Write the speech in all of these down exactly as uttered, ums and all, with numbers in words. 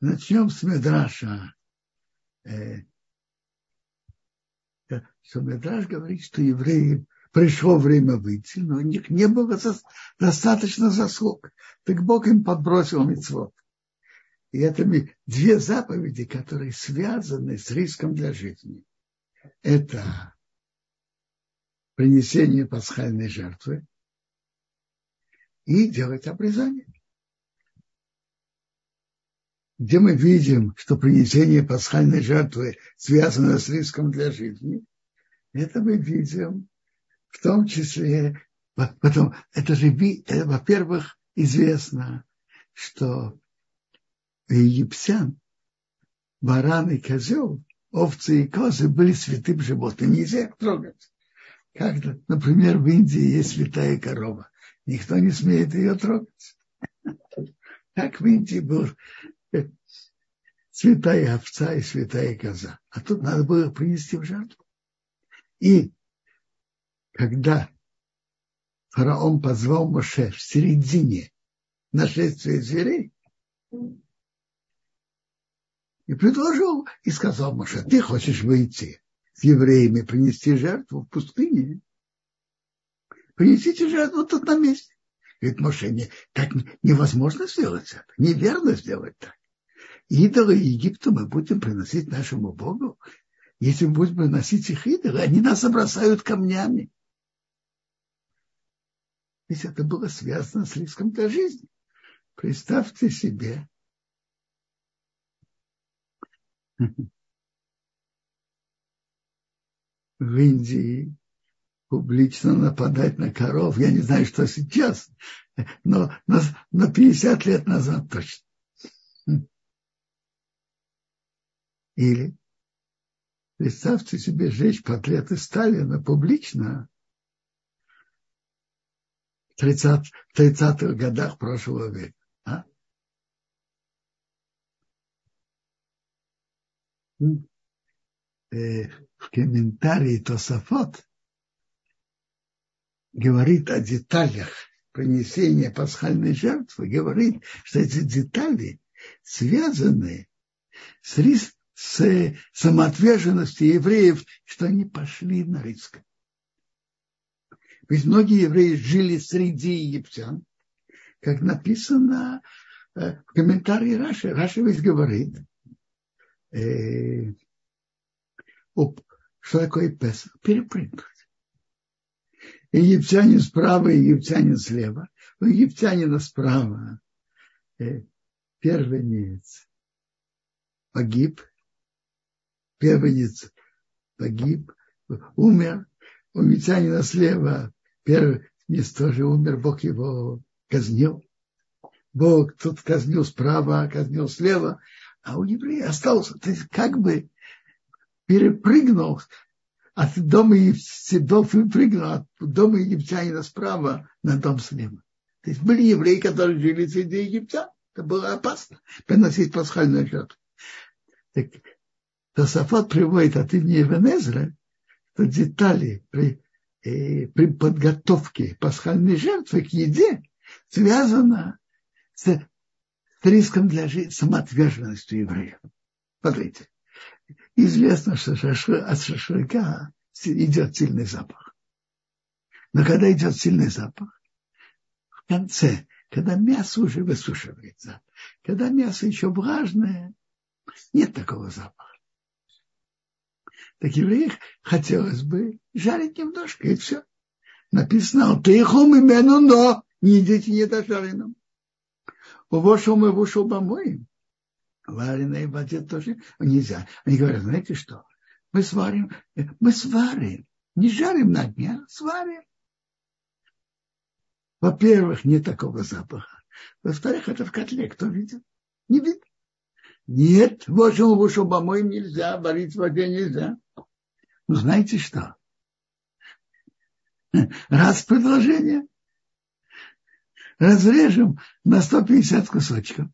начнем с Мидраша. Э, что Мидраш говорит, что евреи пришло время выйти, но у них не было достаточно заслуг. Так Бог им подбросил мицвот. И это две заповеди, которые связаны с риском для жизни. Это принесение пасхальной жертвы и делать обрезание. Где мы видим, что принесение пасхальной жертвы связано с риском для жизни, это мы видим в том числе, потом, это же, во-первых, известно, что у египтян баран и козел, овцы и козы были святым животным, нельзя их трогать. Как-то, например, в Индии есть святая корова, никто не смеет ее трогать. Как в Индии был святая овца и святая коза, а тут надо было принести в жертву. И когда фараон позвал Моше в середине нашествия зверей и предложил, и сказал Моше: ты хочешь выйти с евреями принести жертву в пустыне? Принесите жертву тут на месте. Говорит Моше: не, так невозможно сделать это, неверно сделать так. Идолы Египта мы будем приносить нашему Богу. Если мы будем приносить их идолы, они нас обросают камнями. Ведь это было связано с риском для жизни. Представьте себе, в Индии публично нападать на коров. Я не знаю, что сейчас, но на, на пятьдесят лет назад точно. Или представьте себе жечь портреты Сталина публично в тридцатых годах прошлого века. А? В комментарии Тосафот говорит о деталях принесения пасхальной жертвы, говорит, что эти детали связаны с, рис, с самоотверженностью евреев, что они пошли на риск. Ведь многие евреи жили среди египтян, как написано в комментарии Раши. Раши ведь говорит, э, что такое Песах? Перепрыгнуть. Египтянин справа, египтянин слева. У египтянина справа э, первенец погиб, первенец погиб, умер. У египтянина слева первенец тоже умер, Бог его казнил. Бог тут казнил справа, казнил слева, а у еврея остался. То есть как бы перепрыгнул от дома египтянина, прыгнул от дома египтянина справа на дом слева. То есть были евреи, которые жили среди египтян. Это было опасно приносить пасхальную жертву. Так Тосафот приводит от имени Ибн Эзры, что детали при, э, при подготовке пасхальной жертвы к еде связаны с, с риском для жизни, самоотверженностью евреев. Смотрите. Известно, что от шашлыка идет сильный запах. Но когда идет сильный запах, в конце, когда мясо уже высушивается, когда мясо еще влажное, нет такого запаха. Так евреям хотелось бы жарить немножко, и все. Написано: «Тейхум имену, но не идите недожаренным. Увошел мы вышел помоем». Вареной воде тоже нельзя. Они говорят: знаете что, мы сварим, мы сварим, не жарим на огне, а сварим. Во-первых, нет такого запаха. Во-вторых, это в котле, кто видит? Не видит. Нет, вошел, вышел помоем нельзя, варить в воде нельзя. Ну, знаете что? Раз предложение, разрежем на сто пятьдесят кусочков.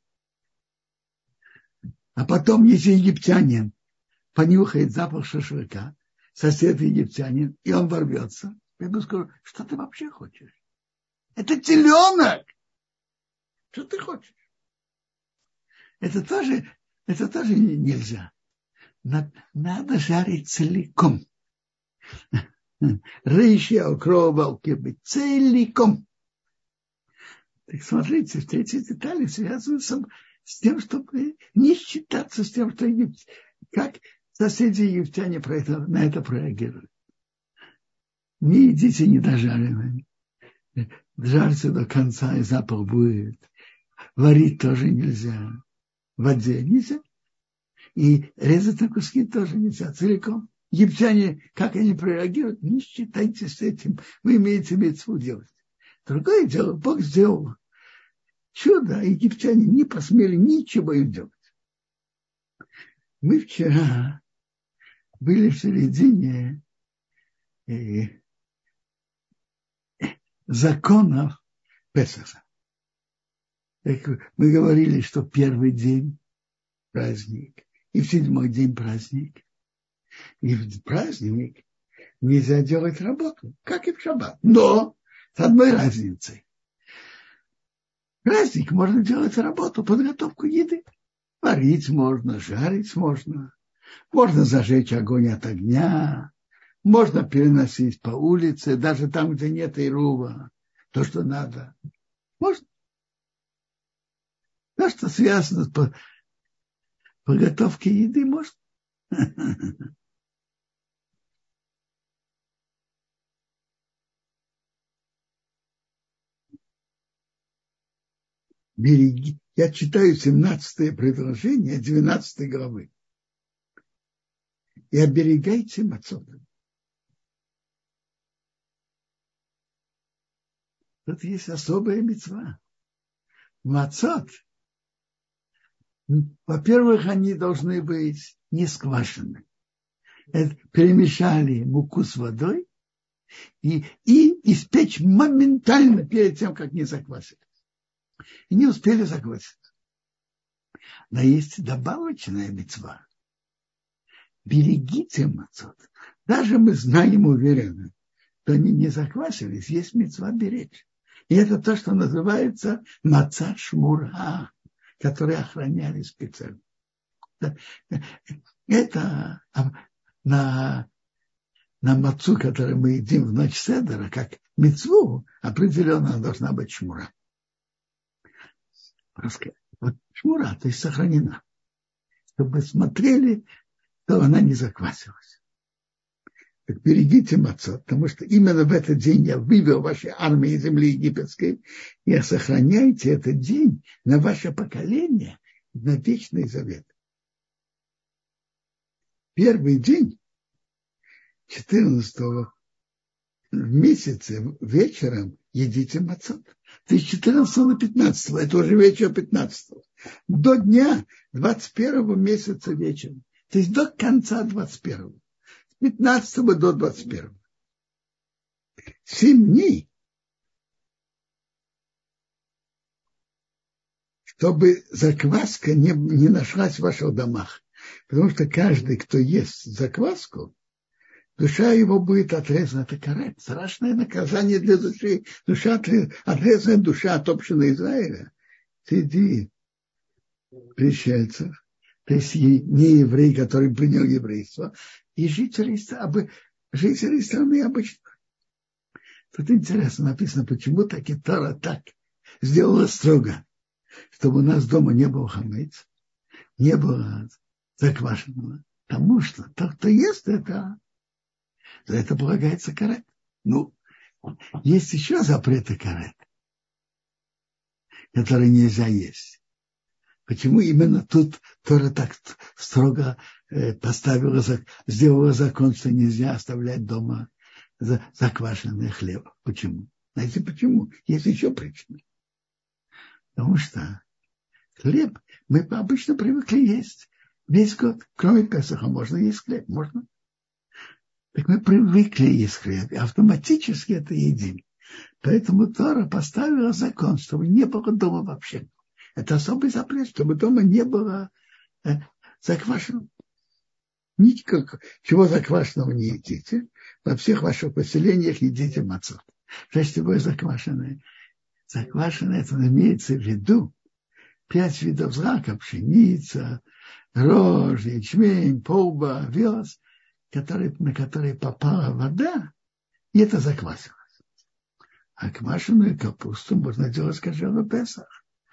А потом, если египтянин понюхает запах шашлыка, сосед египтянин, и он ворвется, я ему скажу: что ты вообще хочешь? Это теленок! Что ты хочешь? Это тоже Это тоже нельзя. Надо жарить целиком. Рыжий, окровалки быть целиком. Так смотрите, все эти детали связываются с тем, чтобы не считаться с тем, что египтяне, как соседи египтяне про это, на это реагируют. Не едите недожаренными. Жарьте до конца, и запах будет. Варить тоже нельзя. В воде нельзя. И резать на куски тоже нельзя. Целиком. Египтяне, как они прореагируют, не считайте с этим. Вы имеете мицву делать. Другое дело, Бог сделал чудо, а египтяне не посмели ничего им делать. Мы вчера были в середине э, законов Песаха. Мы говорили, что первый день праздник, и в седьмой день праздник. И в праздник нельзя делать работу, как и в шаббат. Но с одной разницей. В праздник можно делать работу, подготовку еды. Варить можно, жарить можно. Можно зажечь огонь от огня. Можно переносить по улице, даже там, где нет ирува, то, что надо. Можно. То, что связано с подготовкой еды, можно. Береги. Я читаю семнадцатое предложение двенадцатой главы. И оберегайте мацот. Тут есть особая мицва. Мацот. Во-первых, они должны быть не сквашены. Это перемешали муку с водой и, и испечь моментально перед тем, как не заквасили. И не успели закваситься. Но есть добавочная мицва. Берегите мацот. Даже мы знаем уверенно, что они не заквасились, есть мицва беречь. И это то, что называется маца шмура, которые охраняли специально. Это на, на мацу, которую мы едим в ночь седера, как мицву, определенно должна быть шмура. Вот шмура, то есть сохранена. Чтобы смотрели, что она не заквасилась. Так берегите мацот, потому что именно в этот день я вывел ваши армии из земли египетской, и сохраняйте этот день на ваше поколение, на вечный завет. Первый день четырнадцатого в месяце вечером едите мацот. То есть четырнадцатого на пятнадцатого, это уже вечер пятнадцатого. До дня двадцать первого месяца вечером. То есть до конца двадцать первого. С пятнадцатого до двадцать первого. Семь дней. Чтобы закваска не, не нашлась в ваших домах. Потому что каждый, кто ест закваску, душа его будет отрезана. Это карет. Страшное наказание для души. Душа отрезанная, душа отопшена Израиля. Среди пришельцев. То есть не еврей, который принял еврейство. И жители, жители страны обычно. Тут интересно написано, почему таки Тора так сделала строго, чтобы у нас дома не было хамец, не было заквашенного. Потому что тот, кто ест это, за это полагается карет. Ну, есть еще запреты карет, которые нельзя есть. Почему именно тут Тора так строго поставила, сделала закон, что нельзя оставлять дома заквашенный хлеб? Почему? Знаете почему? Есть еще причина. Потому что хлеб мы обычно привыкли есть весь год. Кроме Песаха можно есть хлеб, можно. Так мы привыкли есть хлеб, и автоматически это едим. Поэтому Тора поставила закон, чтобы не было дома вообще. Это особый запрет, чтобы дома не было э, заквашенного. Никакого, чего заквашенного не едите. Во всех ваших поселениях едите мацот. Прежде всего заквашенное. Заквашенное, это имеется в виду пять видов злака: пшеница, рожь, ячмень, полба, овес, который, на который попала вода, и это заквасилось. А квашеную капусту можно делать с кошерным Песах.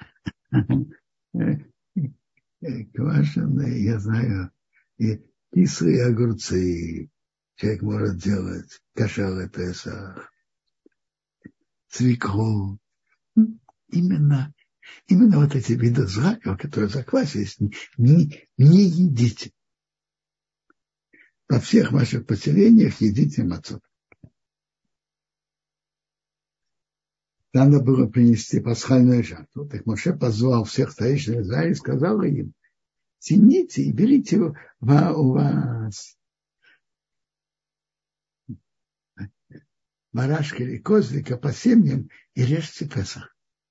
Квашеные, я знаю, и кислые огурцы человек может делать кошерный Песах. Свеклу. Именно, именно вот эти виды злаков, которые заквасились, не, не едите. Во всех ваших поселениях едите мацот. Надо было принести пасхальную жертву. Так Моше позвал всех старейшин Израиля и сказал им: тяните и берите у вас барашка или козлика по семьям и режьте Песах.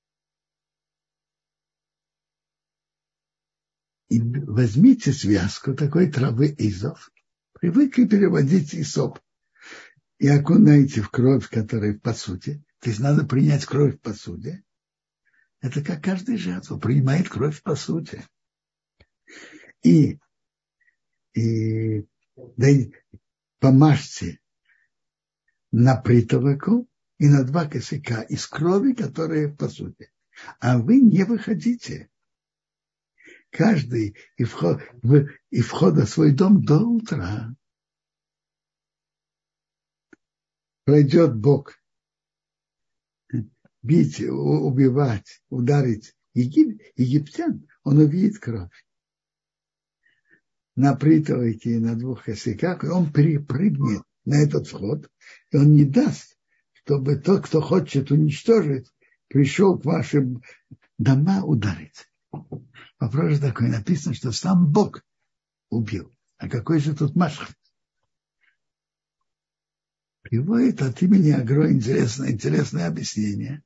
И возьмите связку такой травы изов, привыкли переводить изоп, и окунайте в кровь, которая в посуде. То есть надо принять кровь в посуде. Это как каждая жертва принимает кровь в посуде. И, и да, помажьте на притолоку и на два косяка из крови, которые в посуде. А вы не выходите. Каждый и вход, в, и входа в свой дом до утра. Пройдет Бог бить, убивать, ударить Егип, египтян, он увидит кровь на притолоке и на двух косяках, и он перепрыгнет на этот вход, и он не даст, чтобы тот, кто хочет уничтожить, пришел к вашим домам ударить. Вопрос такой, написано, что сам Бог убил. А какой же тут Машхат? Приводит от имени Агро интересное, интересное объяснение.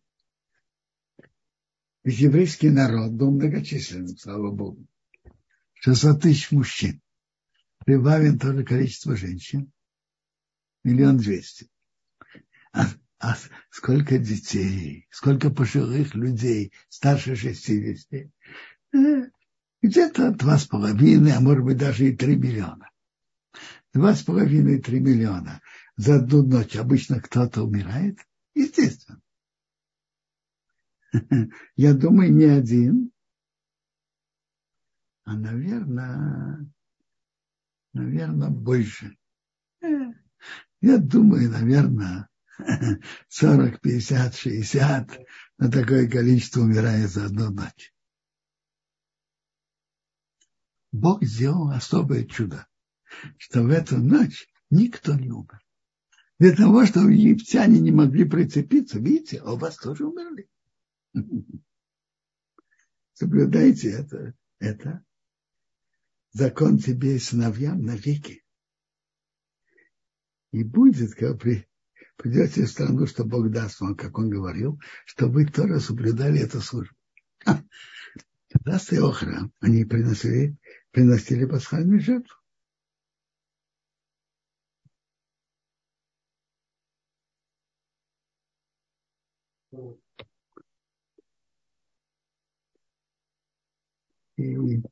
Ведь еврейский народ был многочисленным, слава Богу. шестьсот тысяч мужчин. Прибавим тоже количество женщин. Миллион двести. А, а сколько детей, сколько пожилых людей, старше шестидесяти. Где-то два с половиной, а может быть даже и три миллиона. Два с половиной, три миллиона. За одну ночь обычно кто-то умирает? Естественно. Я думаю, не один, а, наверное, наверное, больше. Я думаю, наверное, сорок, пятьдесят, шестьдесят на такое количество умирает за одну ночь. Бог сделал особое чудо, что в эту ночь никто не умер. Для того, чтобы египтяне не могли прицепиться, видите, а у вас тоже умерли. Соблюдайте это, это закон тебе и сыновьям навеки. И будет, когда при, придете в страну, что Бог даст вам, как Он говорил, чтобы вы тоже соблюдали эту службу. А, когда стоял храм, они приносили, приносили пасхальную жертву. И, и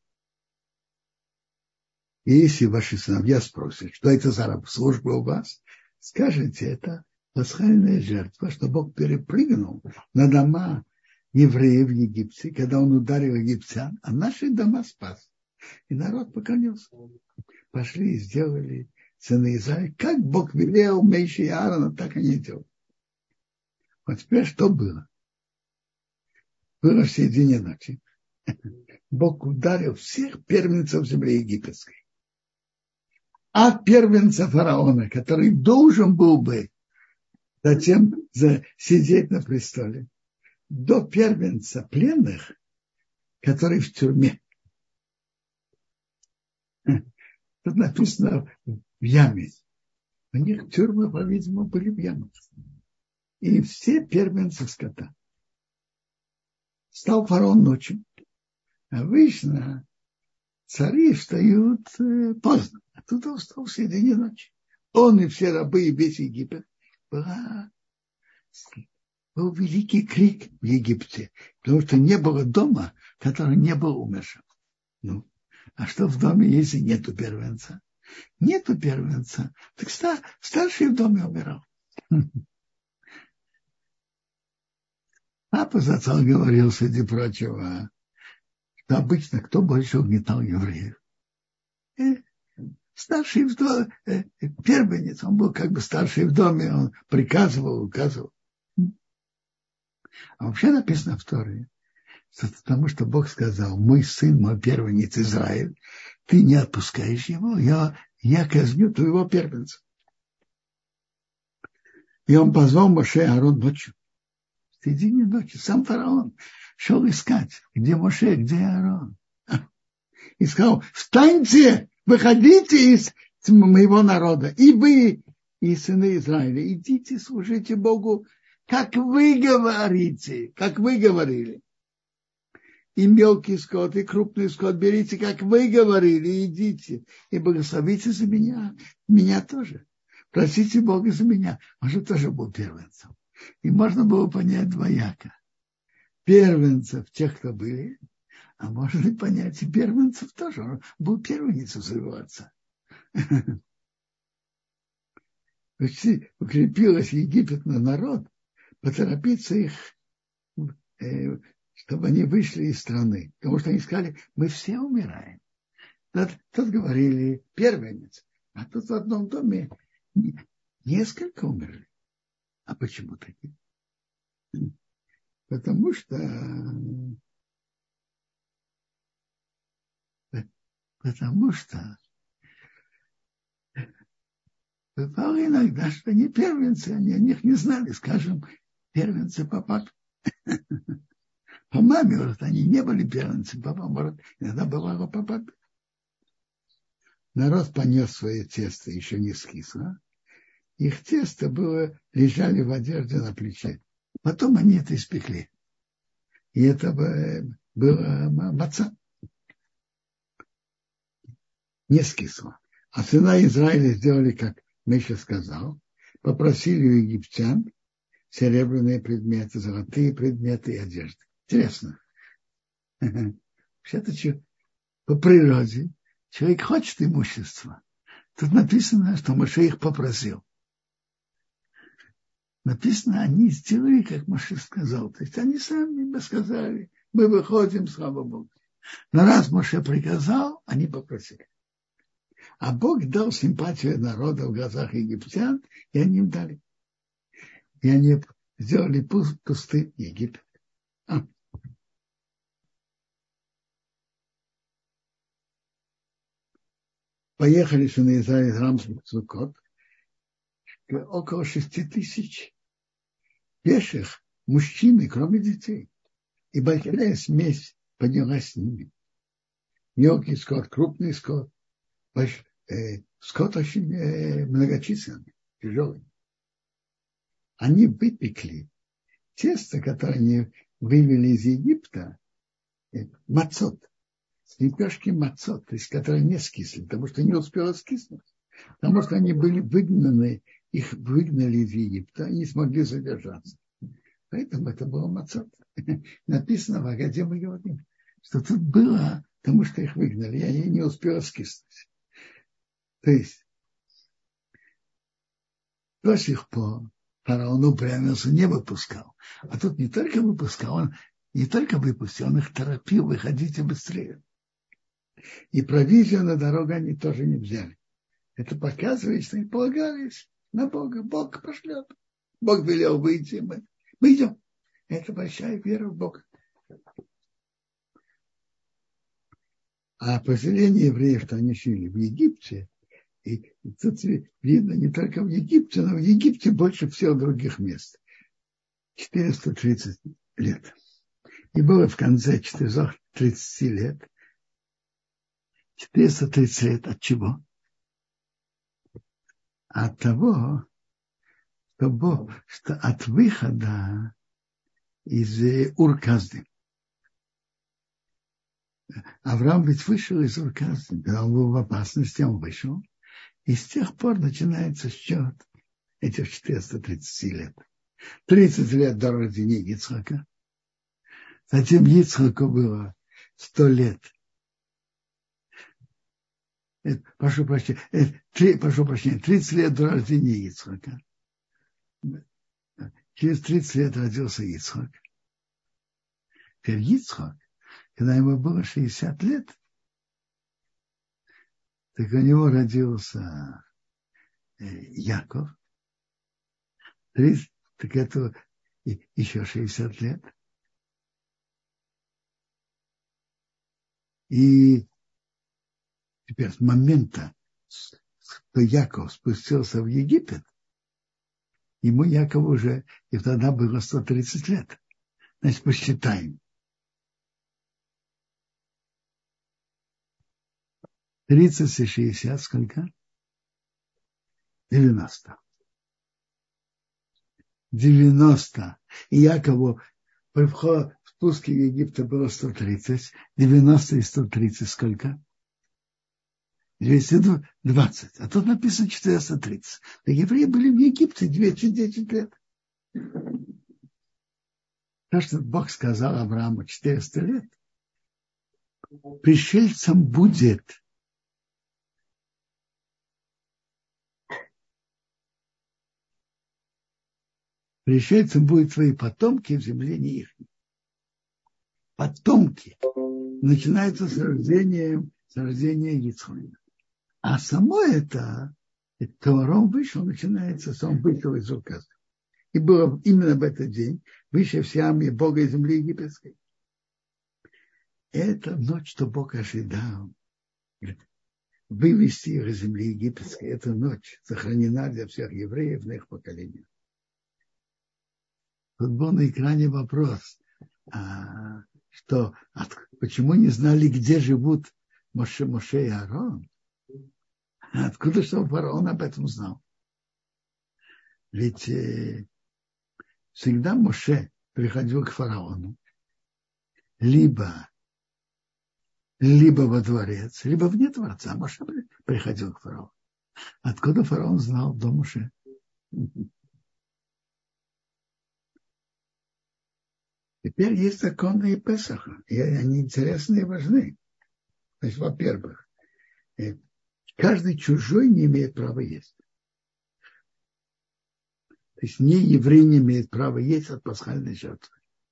если ваши сыновья спросят, что это за служба у вас, скажите, это пасхальная жертва, что Бог перепрыгнул на дома евреев в Египте, когда Он ударил египтян, а наши дома спас. И народ поклонился. Пошли и сделали сыны Израиля, как Бог велел Моше и Аарона, так они делали. Вот теперь что было? Было в середине ночи. Бог ударил всех первенцев земли египетской. От первенца фараона, который должен был бы затем сидеть на престоле, до первенца пленных, который в тюрьме. Тут написано в яме. У них тюрьмы, по-видимому, были в ямах. И все первенцы скота. Встал фараон ночью. Обычно цари встают поздно. А тут он встал в середине ночи. Он и все рабы, и весь Египет. Была, был великий крик в Египте. Потому что не было дома, который не был умершим. Ну, А что в доме, если нету первенца? Нету первенца. Так стар, старший в доме умирал. Папа зацал говорил, среди прочего, что обычно кто больше угнетал евреев? Старший в доме, первенец, он был как бы старший в доме, он приказывал, указывал. А вообще написано в Торе, потому что Бог сказал: мой сын, мой первенец Израиль, ты не отпускаешь его, я, я казню твоего первенца. И он позвал Моше и Аарон ночью. В середине ночи сам фараон шел искать, где Моше, где Аарон. И сказал: встаньте, выходите из моего народа, и вы, и сыны Израиля, идите, служите Богу, как вы говорите, как вы говорили. И мелкий скот, и крупный скот берите, как вы говорили, идите, и благословите за меня, меня тоже. Просите Бога за меня. Он же тоже был первенцем. И можно было понять двояко. Первенцев тех, кто были, а можно понять и первенцев тоже. Он был первенцем своего отца. Укрепилась Египет на народ, поторопиться их, чтобы они вышли из страны. Потому что они сказали: мы все умираем. Тут, тут говорили первенец, а тут в одном доме несколько умерли. А почему такие? Потому что потому что бывало иногда, что они первенцы, они о них не знали, скажем, первенцы по папе. По маме, может, они не были первенцы, папа, может, иногда бывало по папе. Народ понес свое тесто, еще не скисло. Их тесто было, лежали в одежде на плече. Потом они это испекли. И это было маца. Не скисло. А сына Израиля сделали, как Миша сказал, попросили у египтян серебряные предметы, золотые предметы и одежды. Интересно. Вообще-то по природе человек хочет имущества. Тут написано, что Моше их попросил. Написано, они сделали, как Моше сказал. То есть они сами бы сказали: мы выходим, слава Богу. Но раз Моше приказал, они попросили. А Бог дал симпатию народа в глазах египтян, и они им дали. И они сделали пустый Египет. А. Поехали сыны Израиля из Рамсу Суккот, около шести тысяч пеших мужчин, кроме детей. И большая смесь поднялась с ними. Мелкий скот, крупный скот, больш... э, скот очень э, многочисленный, тяжелый. Они выпекли тесто, которое они вывели из Египта, э, мацот, лепешки мацот, то есть которые не скисли, потому что не успело скиснуть. Потому что они были выгнаны, их выгнали из Египта и не смогли задержаться. Поэтому это было мацот. Написано в Агаде, мы говорим, что тут было, потому что их выгнали, и они не успели скиснуть. То есть до сих пор фараон упрямился, не выпускал. А тут не только выпускал, он не только выпустил, он их торопил: выходите быстрее. И провизию на дорогу они тоже не взяли. Это показывает, что они полагались на Бога. Бог пошлет. Бог велел выйти, мы, мы идем. Это большая вера в Бога. А поселение евреев, что они жили в Египте, и тут видно не только в Египте, но в Египте больше всех других мест. четыреста тридцать лет. И было в конце четыреста тридцать лет. четыреста тридцать лет от чего? От того, что, Бог, что от выхода из Ур-Касдим. Авраам ведь вышел из Ур-Касдим, когда он был в опасности, он вышел. И с тех пор начинается счет этих четыреста тридцать лет. тридцать лет до рождения Ицхака. Затем Ицхаку было сто лет это, прошу прощения, это, три, прошу прощения, тридцать лет до рождения Ицхака. Через тридцать лет родился Ицхак. Теперь Ицхак, когда ему было шестьдесят лет, так у него родился Яков. тридцать, так это еще шестьдесят лет. И теперь с момента, что Яков спустился в Египет, ему Якову уже и тогда было сто тридцать лет. Значит, посчитаем. тридцать и шестьдесят сколько? девяносто. девяносто. И Якову при входе в спуске в Египте было сто тридцать. девяносто и сто тридцать сколько? двести двадцать. А тут написано четыреста тридцать. Так евреи были в Египте двести десять лет. То, что Бог сказал Аврааму четыреста лет, пришельцам будет пришельцам будут твои потомки в земле не их. Потомки начинаются с рождения, с рождения Ицхака. А само это, Товаром вышел, начинается с он вышел из указа. И было именно в этот день выше все армии Бога и земли египетской. Это ночь, что Бог ожидал вывести их из земли египетской. Эта ночь сохранена для всех евреев на их поколениях. Тут был на экране вопрос, а, что от, почему не знали, где живут Моше, Моше и Аарон? Откуда что фараон об этом знал? Ведь э, всегда Моше приходил к фараону либо, либо во дворец, либо вне дворца. Моше приходил к фараону. Откуда фараон знал до Моше? Теперь есть законы Песаха, и они интересны и важны. Значит, во-первых, каждый чужой не имеет права есть. То есть не еврей не имеет права есть от пасхальной жертвы.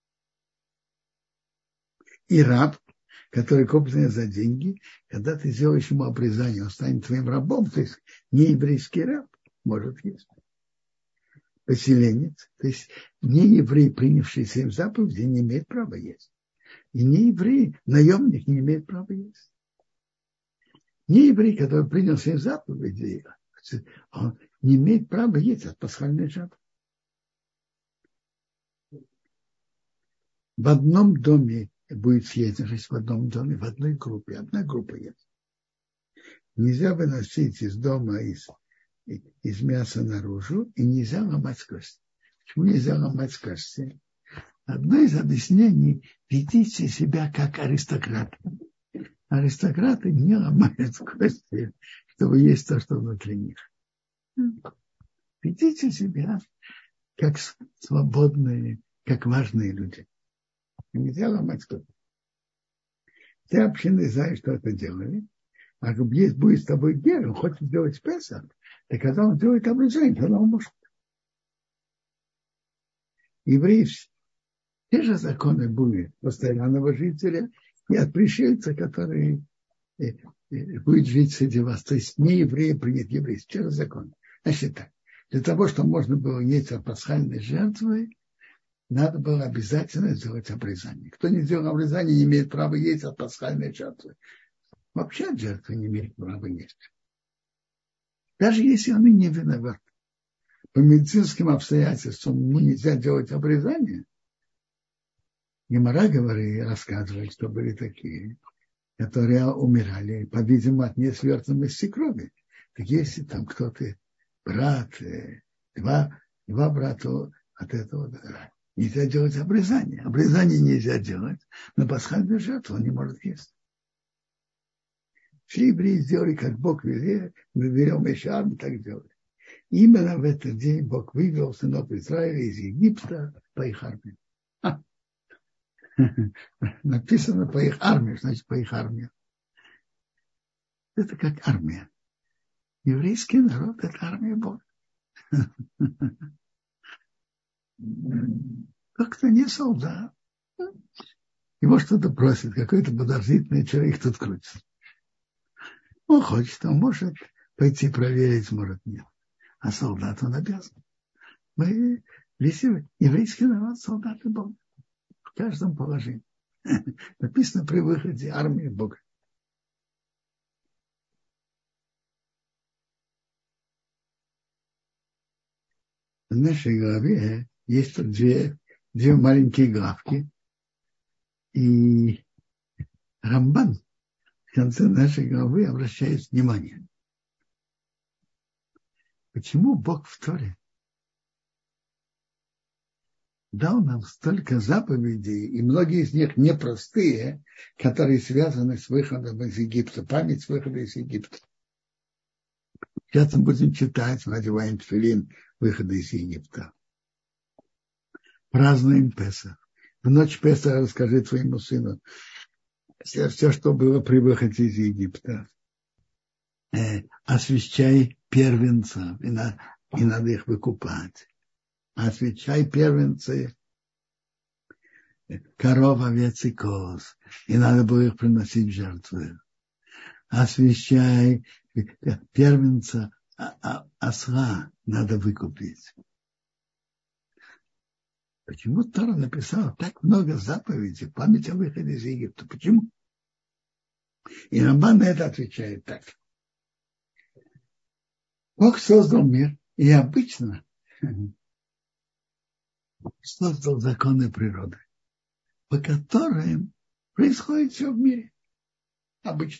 И раб, который куплен за деньги, когда ты сделаешь ему обрезание, он станет твоим рабом, то есть не еврейский раб может есть. Поселенец, то есть не еврей, принявший семь заповедей, не имеет права есть. И не еврей, наемник, не имеет права есть. Не еврей, который принял семь заповедей, он не имеет права есть от пасхальной жертвы. В одном доме будет съедено, в одном доме, в одной группе, одна группа есть. Нельзя выносить из дома из из мяса наружу, и нельзя ломать кости. Почему нельзя ломать кости? Одно из объяснений – ведите себя как аристократы. Аристократы не ломают кости, чтобы есть то, что внутри них. Ведите себя как свободные, как важные люди. Нельзя ломать кости. Все общины знают, что это делали. А если будет с тобой гер, он хочет сделать Песах, так когда он делает обрезание, тогда он может. Евреи, те же законы были постоянного жителя и от пришельца, который будет жить среди вас. То есть не евреи принят еврейский. Те же законы. Значит так, для того, чтобы можно было есть от пасхальной жертвы, надо было обязательно сделать обрезание. Кто не сделал обрезание, не имеет права есть от пасхальной жертвы. Вообще от жертвы не имеет права есть. Даже если он и не виноват. По медицинским обстоятельствам ему нельзя делать обрезание. Гемара говорит, рассказывает, что были такие, которые умирали, по-видимому, от несвертываемости крови. Так если там кто-то, брат, два, два брата от этого, да, нельзя делать обрезание. Обрезание нельзя делать, но пасхальную жертву он не может есть. Все евреи сделали, как Бог велел, велел Мешам, и так делали. Именно в этот день Бог вывел сынов Израиля из Египта по их армии. Написано по их армии, значит по их армии. Это как армия. Еврейский народ – это армия Бога. Тот, кто не солдат, его что-то просит, какой-то подозрительный человек тут крутится. Он хочет, он может пойти проверить, может нет. А солдат он обязан. Мы, весь еврейский народ, солдаты Бога. В каждом положении. Написано при выходе армии Бога. В нашей главе есть тут две, две маленькие главки. И Рамбан в конце нашей главы обращает внимание. Почему Бог в Торе дал нам столько заповедей, и многие из них непростые, которые связаны с выходом из Египта, память с выхода из Египта. Сейчас мы будем читать, надеваем тфилин, выхода из Египта. Празднуем Песах. В ночь Песаха расскажи твоему сыну все, все, что было при выходе из Египта. Э, освящай первенцев, и, на, и надо их выкупать. Освящай первенцы коров, овец и коз, и надо было их приносить в жертвы. Освящай первенца осла, надо выкупить. Почему Тора написала так много заповедей, память о выходе из Египта? Почему? И Рамбан на это отвечает так. Бог создал мир, и обычно создал законы природы, по которым происходит все в мире. Обычно.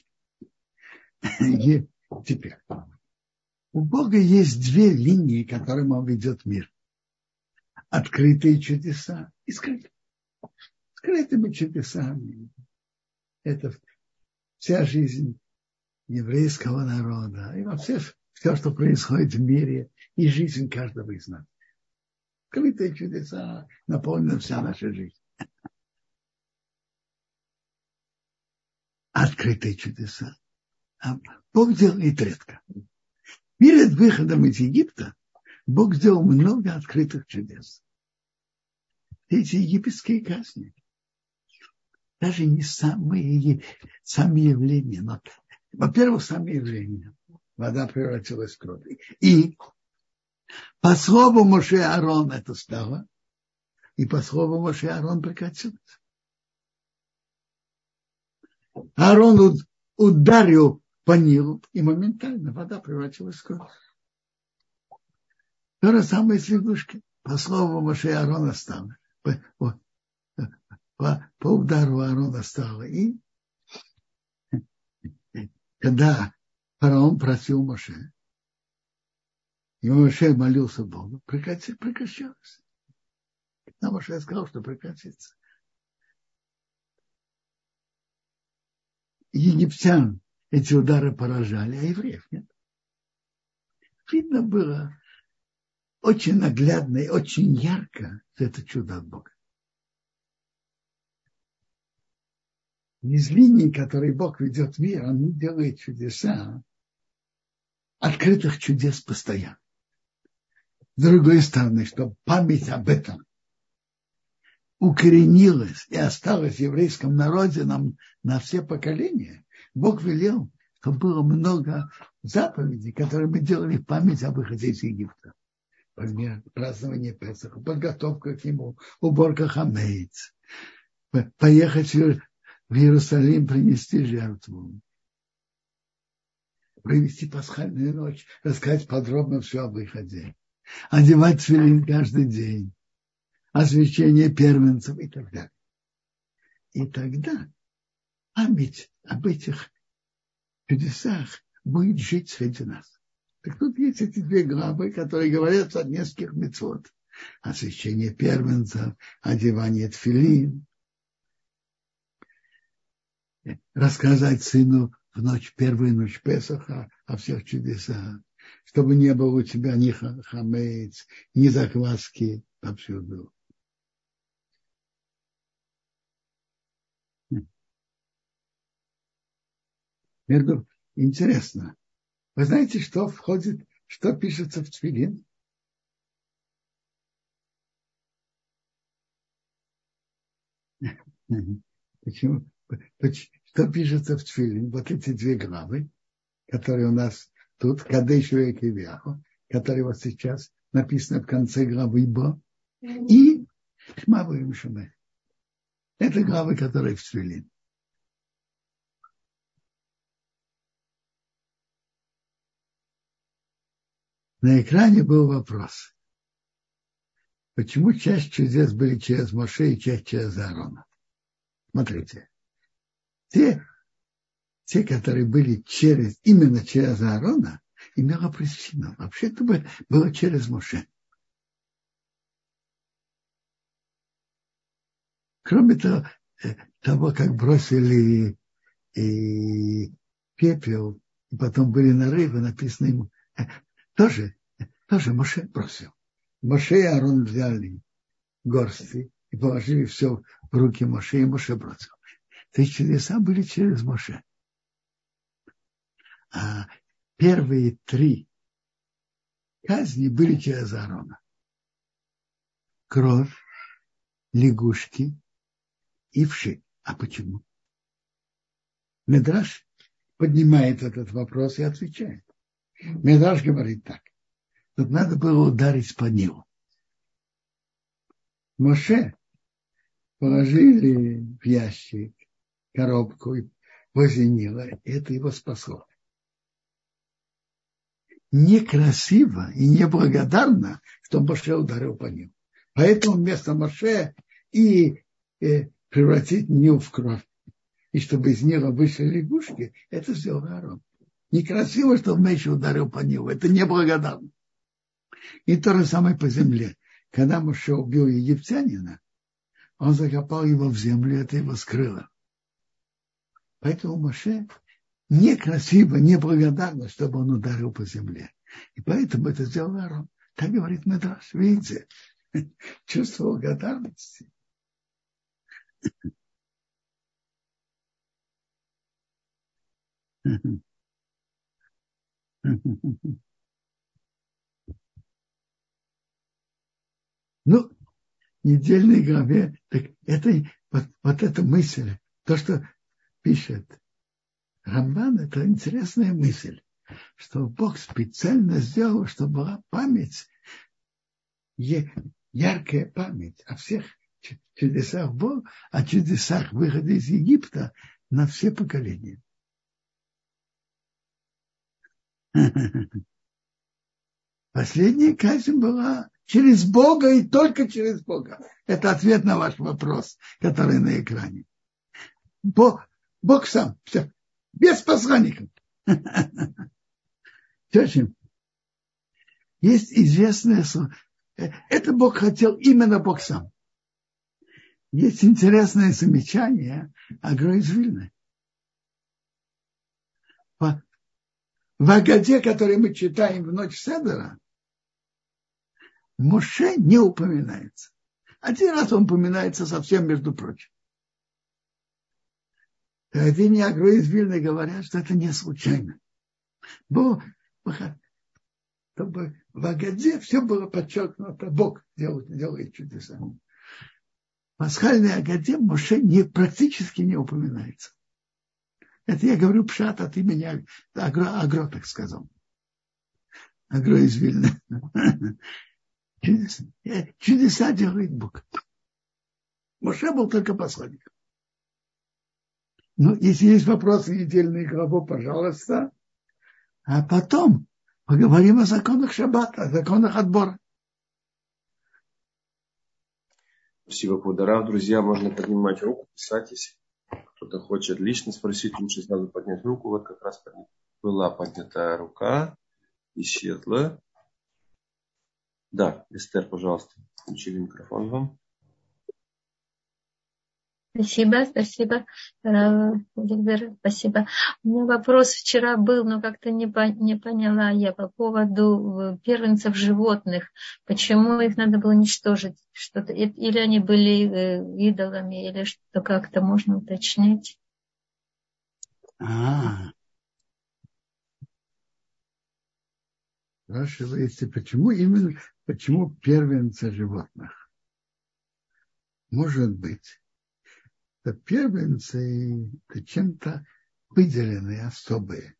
И теперь. У Бога есть две линии, которым Он ведет мир. Открытые чудеса и скрытые. Скрытыми чудесами. Это вся жизнь еврейского народа. И вообще все, что происходит в мире, и жизнь каждого из нас. Скрытые чудеса наполнена вся наша жизнь. Открытые чудеса. А Бог делает редко. Перед выходом из Египта Бог сделал много открытых чудес. Эти египетские казни, даже не самые, сами явления, но, во-первых, сами явления. Вода превратилась в кровь. И по слову Моше Аарон это стало, и по слову Моше Аарон прекратилось. Аарон ударил по Нилу, и моментально вода превратилась в кровь. То же самое с лягушкой. По слову Моше Аарона стало. По, по, по, по удару Аарона стало. И когда фараон просил Моше, и Моше молился Богу, прекращалось. А Моше сказал, что прекратится. Египтян эти удары поражали, а евреев нет. Видно было очень наглядно и очень ярко, что это чудо от Бога. Из линии, которой Бог ведет мир, Он не делает чудеса, открытых чудес постоянно. С другой стороны, чтобы память об этом укоренилась и осталась в еврейском народе нам на все поколения, Бог велел, чтобы было много заповедей, которые мы делали в память об выходе из Египта. Например, празднование Песаха, подготовка к нему, уборка хамейц, поехать в Иерусалим, принести жертву, провести пасхальную ночь, рассказать подробно все о выходе, одевать тфилин каждый день, освящение первенцев и так далее. И тогда память об этих чудесах будет жить среди нас. Так тут есть эти две главы, которые говорят о нескольких мицвот. Освящение первенцев, одевание тфилин, рассказать сыну в ночь, первую ночь Песаха о всех чудесах, чтобы не было у тебя ни хамейц, ни закваски повсюду. Между, Интересно. Вы знаете, что входит, что пишется в тфилин? Почему? Что пишется в тфилин? Вот эти две главы, которые у нас тут, Кадеш и Кивьяхо, которые вот сейчас написаны в конце главы Бо, и Шма Ваим Шуме. Это главы, которые в тфилин. На экране был вопрос. Почему часть чудес были через Моше и часть через Аарона? Смотрите. Те, те, которые были через, именно через Аарона, имело причину. Вообще это было через Моше. Кроме того, того как бросили и пепел, и потом были нарывы, написано ему, тоже, тоже Моше бросил. Моше и Аарон взяли горсти и положили все в руки Моше, и Моше бросил. То есть чудеса были через Моше. А первые три казни были через Аарона. Кровь, лягушки и вши. А почему? Медраш поднимает этот вопрос и отвечает. Медраш говорит так. Тут надо было ударить по Нилу. Моше положили в ящик коробку возле Нила, и это его спасло. Некрасиво и неблагодарно, что Моше ударил по Нилу. Поэтому вместо Моше и э, превратить Нил в кровь, и чтобы из Нила вышли лягушки, это сделал Аарон. Некрасиво, что Моше ударил по Нилу, это неблагодарно. И то же самое по земле. Когда Моше убил египтянина, он закопал его в землю, это его скрыло. Поэтому Моше некрасиво, неблагодарно, чтобы он ударил по земле. И поэтому это сделал Аарон. Так говорит Медраш. Видите, чувство благодарности. Ну, недельной главе, так это, вот, вот эта мысль, то, что пишет Рамбан, это интересная мысль, что Бог специально сделал, чтобы была память, яркая память о всех чудесах Бога, о чудесах выхода из Египта на все поколения. Последняя казнь была через Бога и только через Бога. Это ответ на ваш вопрос, который на экране. Бог, Бог сам, все, без посланников. Есть известное слово. Это Бог хотел, именно Бог сам. Есть интересное замечание Агро из Вильны. В Агаде, который мы читаем в ночь Седера, Моше не упоминается. Один раз он упоминается совсем, между прочим. Раввини Агро из Вильны говорят, что это не случайно. Бог, чтобы в Агаде все было подчеркнуто, Бог делает, делает чудеса. В пасхальной Агаде Моше не, практически не упоминается. Это я говорю пшат от имени Агро, Агро так сказал. Агро из Вильны. Чудеса, чудеса делает Бог. Моше был только посланником. Ну, если есть вопросы недельной главы, пожалуйста. А потом поговорим о законах шаббата, о законах отбора. Спасибо, Кударав. Друзья, можно поднимать руку, писать, если кто-то хочет лично спросить, лучше сразу поднять руку. Вот как раз была поднятая рука, исчезла. Да, Эстер, пожалуйста, включили микрофон вам. Спасибо, спасибо, спасибо. У меня вопрос вчера был, но как-то не, по, не поняла я по поводу первенцев животных. Почему их надо было уничтожить? Что-то, или они были идолами, или что как-то можно уточнить? А, Спрашиваете, почему именно, почему первенцы животных? Может быть, что первенцы это чем-то выделенные, особые.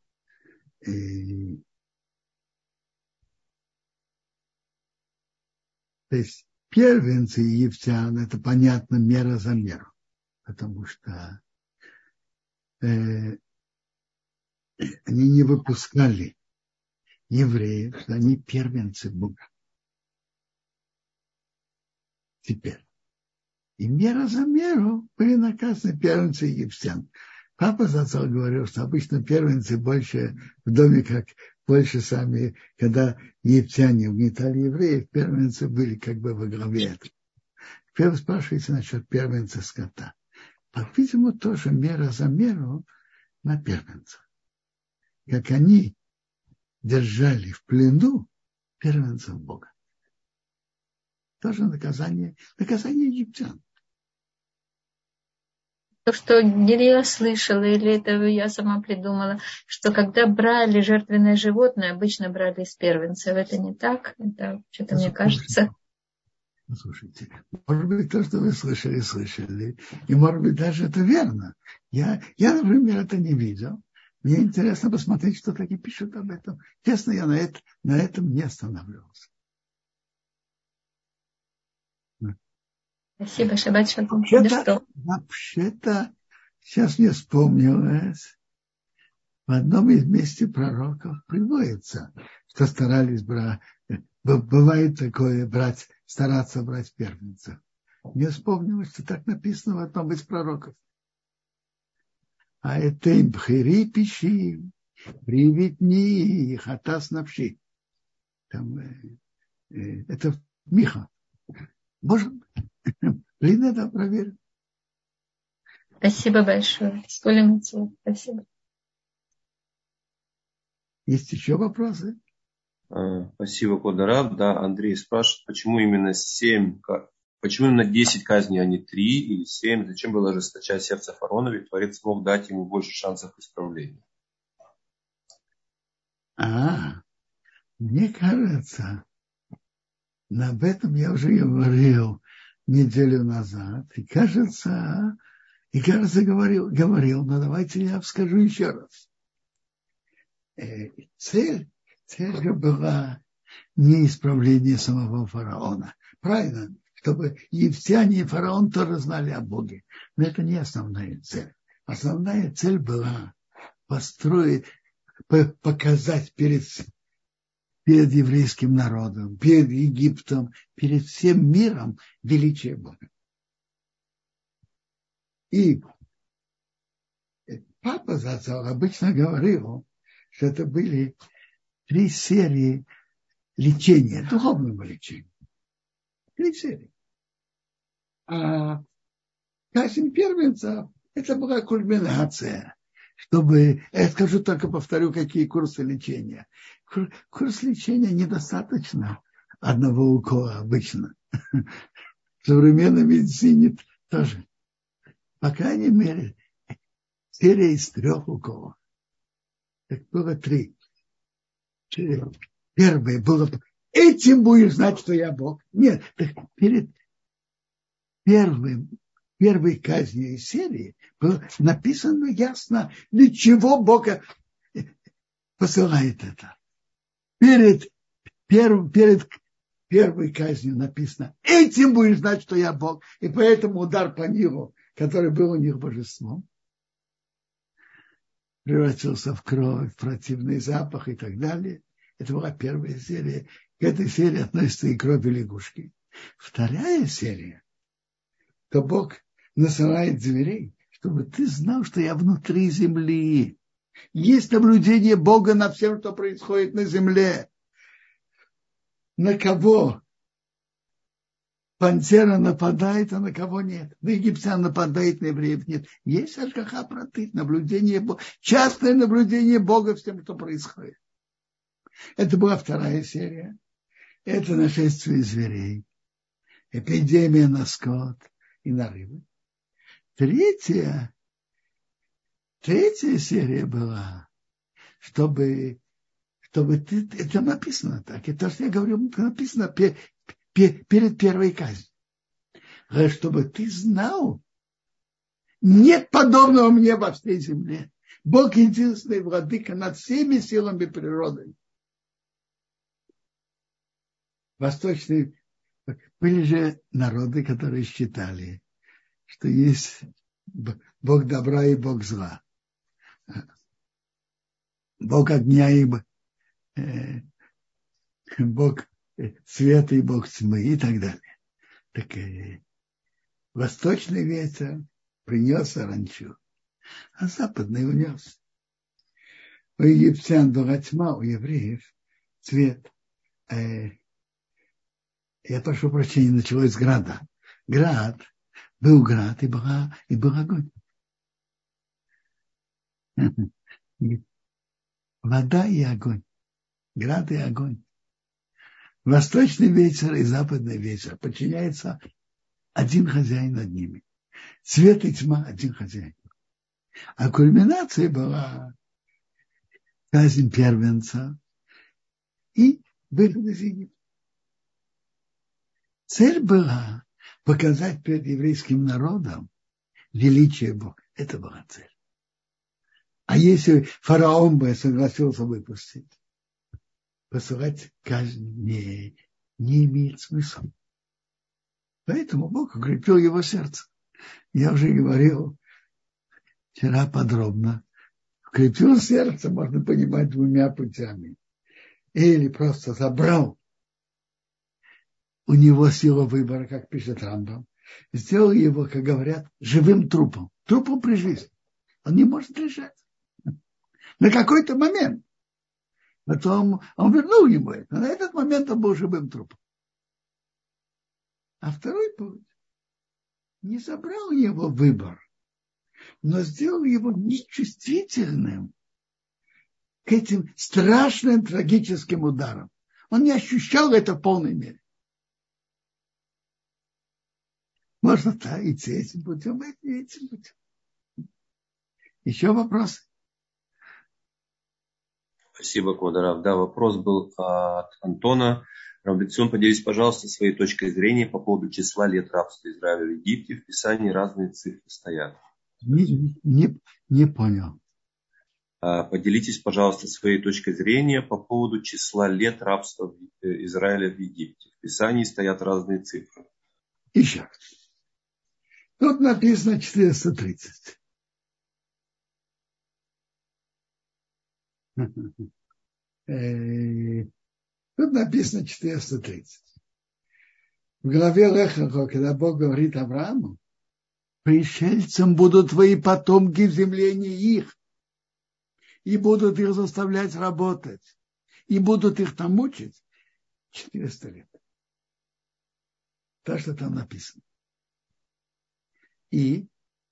И, то есть первенцы египтян, это понятно, мера за меру, потому что э, они не выпускали евреев, что они первенцы Бога. Теперь. И мера за меру были наказаны первенцы египтян. Папа зацал говорил, что обычно первенцы больше в доме, как больше сами, когда египтяне угнетали евреев, первенцы были как бы во главе этого. Теперь вы спрашиваете насчет первенца скота. По-видимому, тоже мера за меру на первенцах. Как они держали в плену первенцев Бога. Тоже наказание, наказание египтян. То, что или я слышала, или это я сама придумала, что когда брали жертвенное животное, обычно брали из первенцев. Это не так? Это что-то мне кажется. Слушайте, может быть, то, что вы слышали, слышали. И, может быть, даже это верно. Я, я, например, это не видел. Мне интересно посмотреть, что таки пишут об этом. Честно, я на, это, на этом не останавливался. Спасибо, шаббат шалом. Вообще-то, вообще-то, сейчас мне вспомнилось, в одном из месте пророков приводится, что старались брать, бывает такое, брать, стараться брать первенцев. Мне вспомнилось, что так написано в одном из пророков. А это им бхири пищи, привитни, хатас навши. Там, э, э, это Миха. Может, Лина это проверит. Спасибо большое. Спасибо. Есть еще вопросы? Спасибо, Квадрат. Да, Андрей спрашивает, почему именно семь, почему именно десять казней, а не три или семь? Зачем было ожесточать сердце фараона, ведь Творец мог дать ему больше шансов исправления? А, мне кажется, об этом я уже говорил неделю назад, и кажется, и кажется, говорил, говорил, но давайте я скажу еще раз. Э, цель, цель же была не исправление самого фараона. Правильно? Чтобы египтяне и фараон тоже знали о Боге. Но это не основная цель. Основная цель была построить, показать перед, перед еврейским народом, перед Египтом, перед всем миром величие Бога. И папа Зацал обычно говорил, что это были три серии лечения, духовного лечения. Три серии. А казнь первенцев – это была кульминация. Чтобы, я скажу, только повторю, какие курсы лечения. Курс лечения недостаточно одного укола обычно. В современной медицине тоже. По крайней мере, серия из трех уколов. Так было три. Первое было, этим будешь знать, что я Бог. Нет, так перед первым, первой казнью из серии было написано ясно, для чего Бог посылает это. Перед, перв, перед первой казнью написано, этим будешь знать, что я Бог. И поэтому удар по Нилу, который был у них божеством, превратился в кровь, в противный запах и так далее. Это была первая серия. К этой серии относится и кровь и лягушки. Вторая серия, то Бог насылает зверей, чтобы ты знал, что я внутри земли. Есть наблюдение Бога на всем, что происходит на земле. На кого пантера нападает, а на кого нет. На египтян нападает, на евреев нет. Есть ашгаха протит, наблюдение Бога, частное наблюдение Бога всем, что происходит. Это была вторая серия. Это нашествие зверей, эпидемия на скот и на рыбы. Третья, третья серия была, чтобы, чтобы ты, это написано так. Это что я говорю, написано пер, пер, перед первой казнью. Чтобы ты знал, нет подобного мне во всей земле. Бог единственный владыка над всеми силами природы. Восточные были же народы, которые считали, что есть Бог добра и Бог зла. Бог огня и э, Бог света и Бог тьмы и так далее. Так э, восточный ветер принес саранчу, а западный унес. У египтян была тьма, у евреев цвет. Э, я прошу прощения, началось с града. Град, был град и, была, и был огонь. Вода и огонь. Град и огонь. Восточный ветер и западный ветер подчиняется один хозяин над ними. Свет и тьма один хозяин. А кульминацией была казнь первенца и выход из Египта. Цель была показать перед еврейским народом величие Бога. Это была цель. А если фараон бы согласился выпустить, посылать казнь не, не имеет смысла. Поэтому Бог укрепил его сердце. Я уже говорил вчера подробно. Укрепил сердце можно понимать двумя путями. Или просто забрал у него силу выбора, как пишет Рамбам, сделал его, как говорят, живым трупом. Трупом при жизни. Он не может решать. На какой-то момент. Потом он вернул ему это. На этот момент он был живым трупом. А второй путь. Не забрал его выбор, но сделал его нечувствительным к этим страшным трагическим ударам. Он не ощущал это в полной мере. Можно так идти этим путем, и этим путем. Еще вопросы? Спасибо, Квадарав. Да, вопрос был от Антона. Равлицион, поделитесь, пожалуйста, своей точкой зрения по поводу числа лет рабства Израиля в Египте. В Писании разные цифры стоят. Не, не, не понял. Поделитесь, пожалуйста, своей точкой зрения по поводу числа лет рабства Израиля в Египте. В Писании стоят разные цифры. Еще раз. Тут написано четыреста тридцать. Тут написано четыреста тридцать. В главе Леха, когда Бог говорит Аврааму, пришельцам будут твои потомки в земле не их, и будут их заставлять работать, и будут их там мучить четыреста лет. Так что там написано. И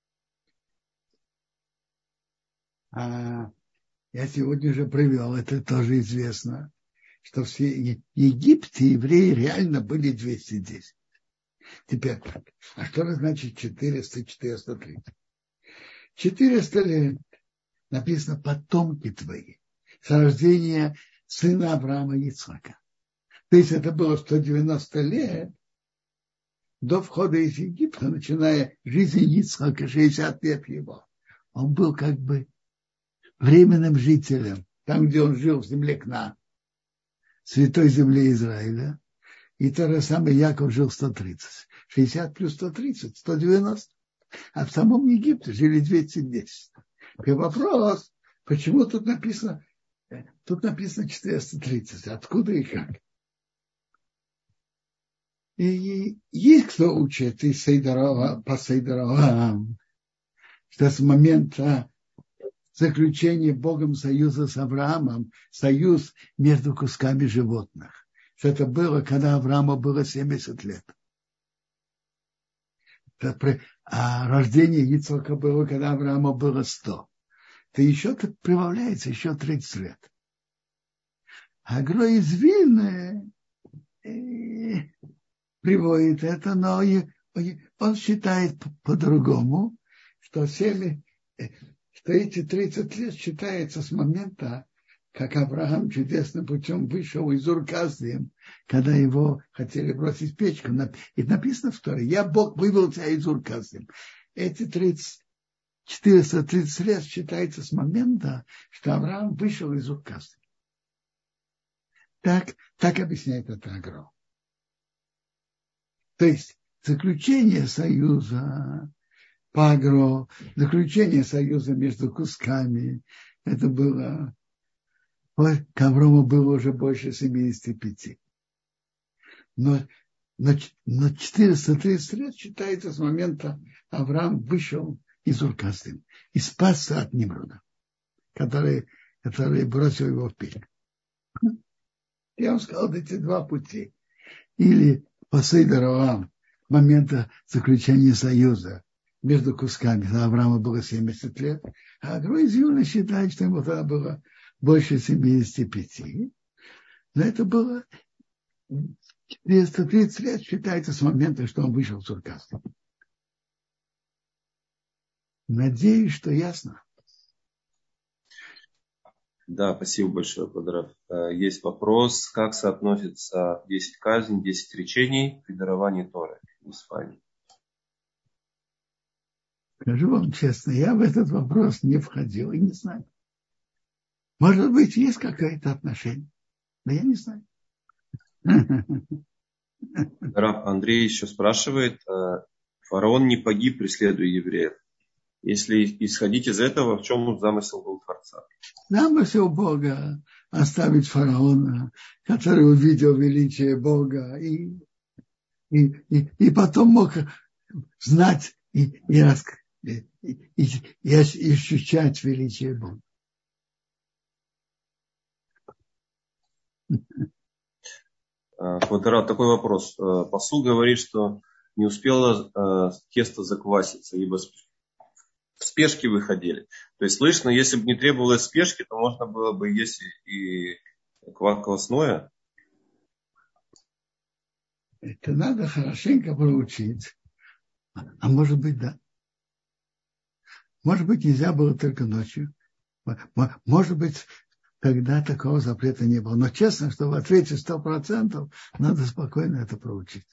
а, я сегодня уже привел, это тоже известно, что в Египте евреи реально были двести десять. Теперь так. А что значит четыреста, четыреста тридцать? четыреста лет написано потомки твои, с рождения сына Авраама и Ицхака. То есть это было сто девяносто лет до входа из Египта, начиная жизнь Ицхака, шестьдесят лет его. Он был как бы временным жителем, там, где он жил, в земле Кнаан, святой земле Израиля. И то же самое Яков жил сто тридцать. шестьдесят плюс сто тридцать, сто девяносто. А в самом Египте жили двести десять. И вопрос, почему тут написано, тут написано четыреста тридцать, откуда и как? И есть кто учит из Сейдерова, по Сейдеровам, что с момента заключения Богом союза с Авраамом, союз между кусками животных, что это было, когда Аврааму было семьдесят лет. А рождение Ицхака было, когда Аврааму было сто. То еще тут прибавляется еще тридцать лет. А Гро из Вильны приводит это, но он считает по-другому, что, семь, что эти тридцать лет считается с момента как Авраам чудесным путем вышел из Ур-Касдим, когда его хотели бросить в печку. И написано в Торе: я Бог вывел тебя из Ур-Касдим. Эти тридцать, четыреста тридцать лет считается с момента, что Авраам вышел из Ур-Касдим. Так, так объясняет это Агро. То есть заключение союза по Агро, заключение союза между кусками, это было, к Аврому было уже больше семидесяти пяти. Но, но, но четыреста тридцать лет считается с момента Авраам вышел из Ур-Касдим и спасся от Нимрода, который, который бросил его в печь. Я вам сказал, эти два пути. Или по Сейдеровам момента заключения союза между кусками, когда Аврааму было семьдесят лет, а Агро из Юна считает, что ему тогда было больше семидесяти пяти. Но это было четыреста тридцать лет, считается с момента, что он вышел с Ур-Касдим. Надеюсь, что ясно. Да, спасибо большое, Квадрат. Есть вопрос, как соотносится десять казней, десять речений при даровании Торы в Испании? Скажу вам честно, я в этот вопрос не входил и не знаю. Может быть, есть какое-то отношение, но я не знаю. Раб Андрей еще спрашивает, фараон не погиб, преследуя евреев. Если исходить из этого, в чем замысел был Творца? Замысел Бога оставить фараона, который увидел величие Бога и, и, и, и потом мог знать и, и, и, и, и ощущать величие Бога. Квадрат, такой вопрос. Посол говорит, что не успело тесто закваситься, ибо в спешке выходили. То есть слышно, если бы не требовалось спешки, то можно было бы есть и квасное. Это надо хорошенько проучить. А может быть, да. Может быть, нельзя было только ночью. Может быть, тогда такого запрета не было. Но честно, чтобы ответить сто процентов, надо спокойно это проучить.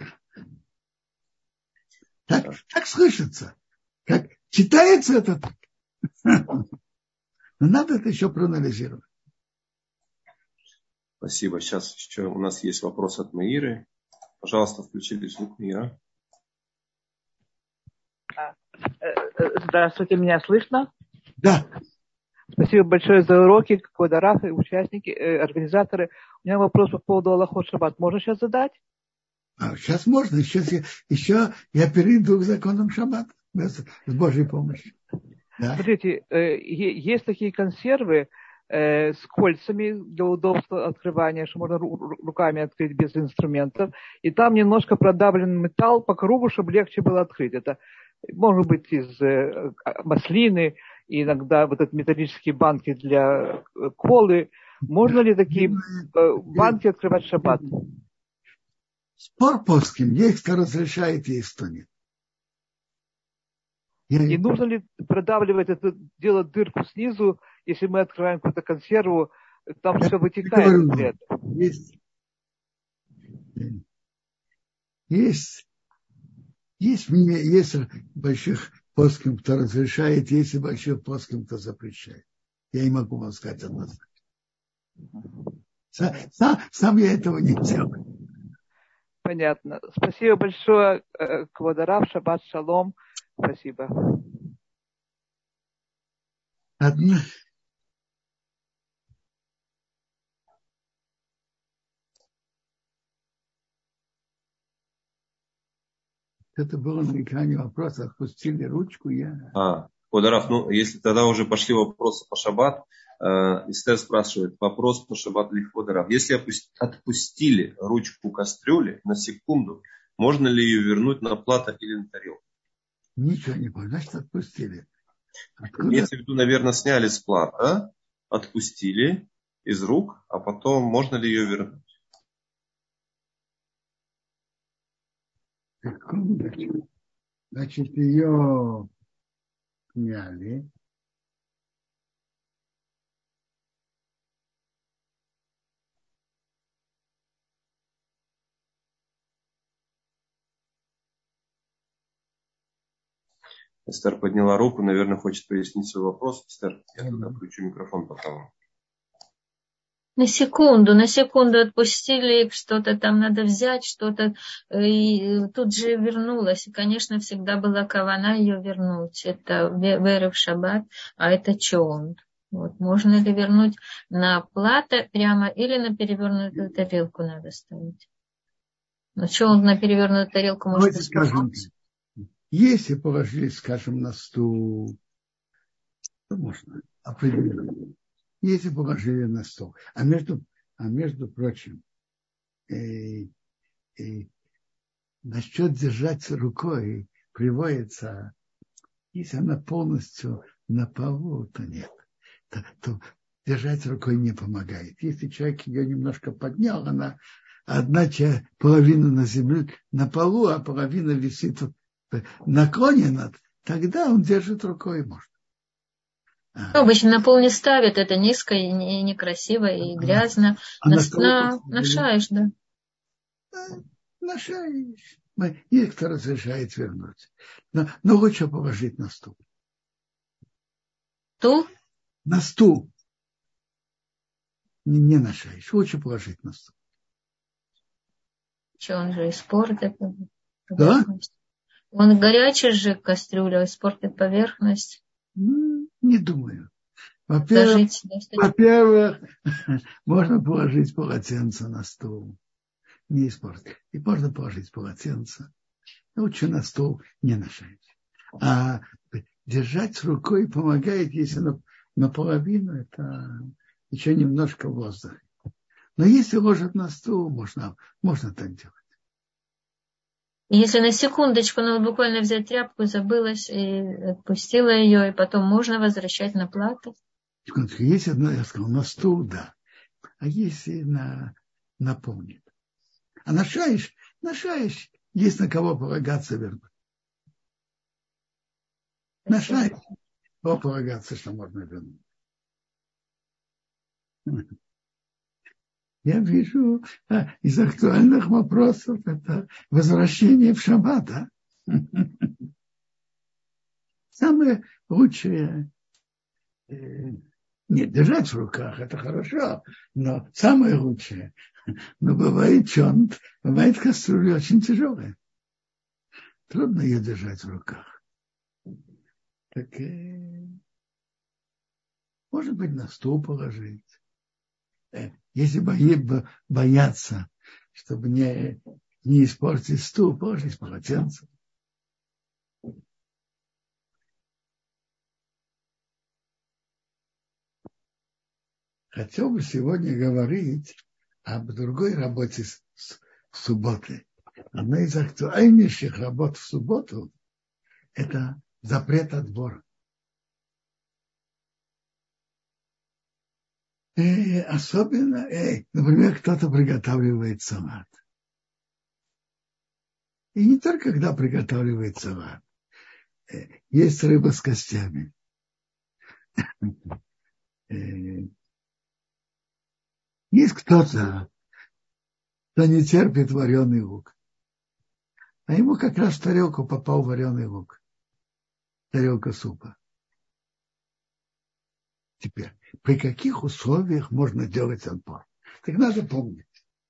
Так, так слышится. Как читается это так. Но надо это еще проанализировать. Спасибо. Сейчас еще у нас есть вопрос от Маиры. Пожалуйста, включите звук, Маира. Здравствуйте, меня слышно? Да. Спасибо большое за уроки, Квадрат, участники, организаторы. У меня вопрос по поводу Алахот Шаббат. Можно сейчас задать? А, сейчас можно. Сейчас я, еще я перейду к законам Шаббата с Божьей помощью. Да. Смотрите, есть такие консервы с кольцами для удобства открывания, что можно руками открыть без инструментов. И там немножко продавлен металл по кругу, чтобы легче было открыть. Это может быть из маслины, иногда вот эти металлические банки для колы. Можно ли такие банки открывать в шаббат? Спор плоским, есть, кто разрешает, есть, кто нет. Я... И нужно ли продавливать это, делать дырку снизу, если мы открываем какую-то консерву, там Я все вытекает. Говорю, есть, есть, есть, есть больших плоским, кто разрешает, есть и больших плоским, кто запрещает. Я не могу вам сказать однозначно. Сам, сам я этого не делаю. Понятно. Спасибо большое, Квадрат, шаббат шалом. Спасибо. Одна... Это было на экране вопрос, отпустили ручку, я... А, Квадрат, ну, если тогда уже пошли вопросы по шаббат, э, Эстер спрашивает, вопрос по шаббат ли Квадрат. Если отпустили ручку кастрюли на секунду, можно ли ее вернуть на плату или на тарелку? Ничего не понял, значит, отпустили. Откуда? Имеется в виду, наверное, сняли с плата, отпустили из рук, а потом можно ли ее вернуть? Секундочку. Значит, ее сняли. Эстер подняла руку, наверное, хочет пояснить свой вопрос. Эстер, я тогда включу микрофон потом. На секунду, на секунду отпустили, что-то там надо взять, что-то, и тут же вернулась. И, конечно, всегда была кавана ее вернуть. Это веры в шаббат, а это чоун. Вот. Можно ли вернуть на плато прямо или на перевернутую тарелку надо ставить? Но чоун на перевернутую тарелку может Давайте скажем, если положили, скажем, на стул, то можно определенно. Если положили на стол. А между, а между прочим, э, э, насчет держать рукой приводится, если она полностью на полу, то нет. То, то держать рукой не помогает. Если человек ее немножко поднял, она одна часть, половина на земле, на полу, а половина висит наклонена, тогда он держит рукой, может. Ну, обычно на пол не ставят, это низко и некрасиво, и грязно. А на, на, на шаиш, да. На шаиш. Есть кто разрешает вернуть. Но, но лучше положить на стул. Стул? На стул. Не, не на шаиш. Лучше положить на стул. Что, он же испортит поверхность? Да? Он горячий же, кастрюля, испортит поверхность. Не думаю. Во-первых, во-первых, можно положить полотенце на стол. Не испортить. И можно положить полотенце. Лучше на стол не на шею. А держать рукой помогает, если на, наполовину, это еще немножко воздуха. Но если ложат на стол, можно, можно так делать. Если на секундочку, ну, буквально взять тряпку, забылась и отпустила ее, и потом можно возвращать на плату. Если, я сказал, на стул, да. А если на, наполнит. А на шаиш, на шаиш есть на кого полагаться, верно. На шаиш кого полагаться, что можно вернуть. Я вижу а, из актуальных вопросов это возвращение в шаббат. Да? Самое лучшее, э, нет, держать в руках, это хорошо, но самое лучшее, но бывает чонт, бывает кастрюля очень тяжелая. Трудно ее держать в руках. Так, э, может быть, на стол положить. Если боятся, чтобы не, не испортить стул, положить полотенце. Хотел бы сегодня говорить об другой работе с, с, в субботы. Одна из актуальнейших работ в субботу – это запрет отбора. И особенно, эй, например, кто-то приготавливает салат. И не только когда приготавливает салат. Есть рыба с костями. Есть кто-то, кто не терпит вареный лук. А ему как раз в тарелку попал вареный лук. Тарелка супа. Теперь, при каких условиях можно делать отбор? Так надо помнить.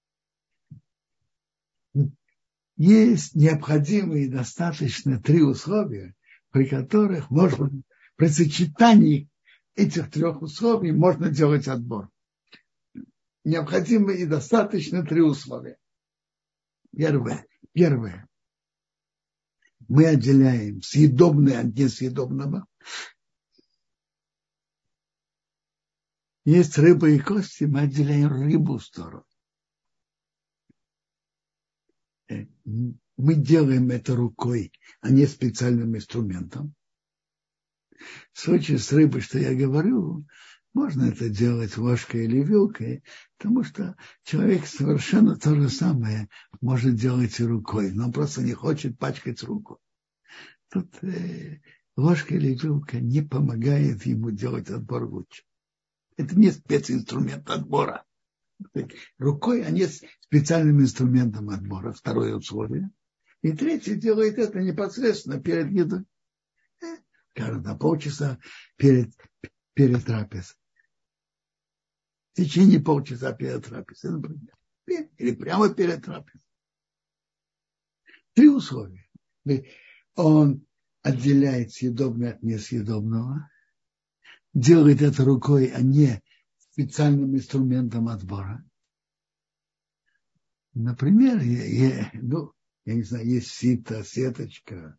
Есть необходимые достаточно три условия, при которых можно, при сочетании этих трех условий можно делать отбор. Необходимы и достаточно три условия. Первое. Первое. Мы отделяем съедобное от несъедобного. Есть рыба и кости, мы отделяем рыбу в сторону. Мы делаем это рукой, а не специальным инструментом. В случае с рыбой, что я говорю, можно это делать ложкой или вилкой, потому что человек совершенно то же самое может делать и рукой, но он просто не хочет пачкать руку. Тут э, ложка или вилка не помогает ему делать отбор лучше. Это не специнструмент отбора. Рукой, а не специальным инструментом отбора. Второе условие. И третье делает это непосредственно перед едой. скажем, на полчаса перед, перед трапезой. В течение полчаса перед трапезой, например. Или прямо перед трапезой. Три условия. Он отделяет съедобное от несъедобного, делает это рукой, а не специальным инструментом отбора. Например, я, я, ну, я не знаю, есть сито, сеточка.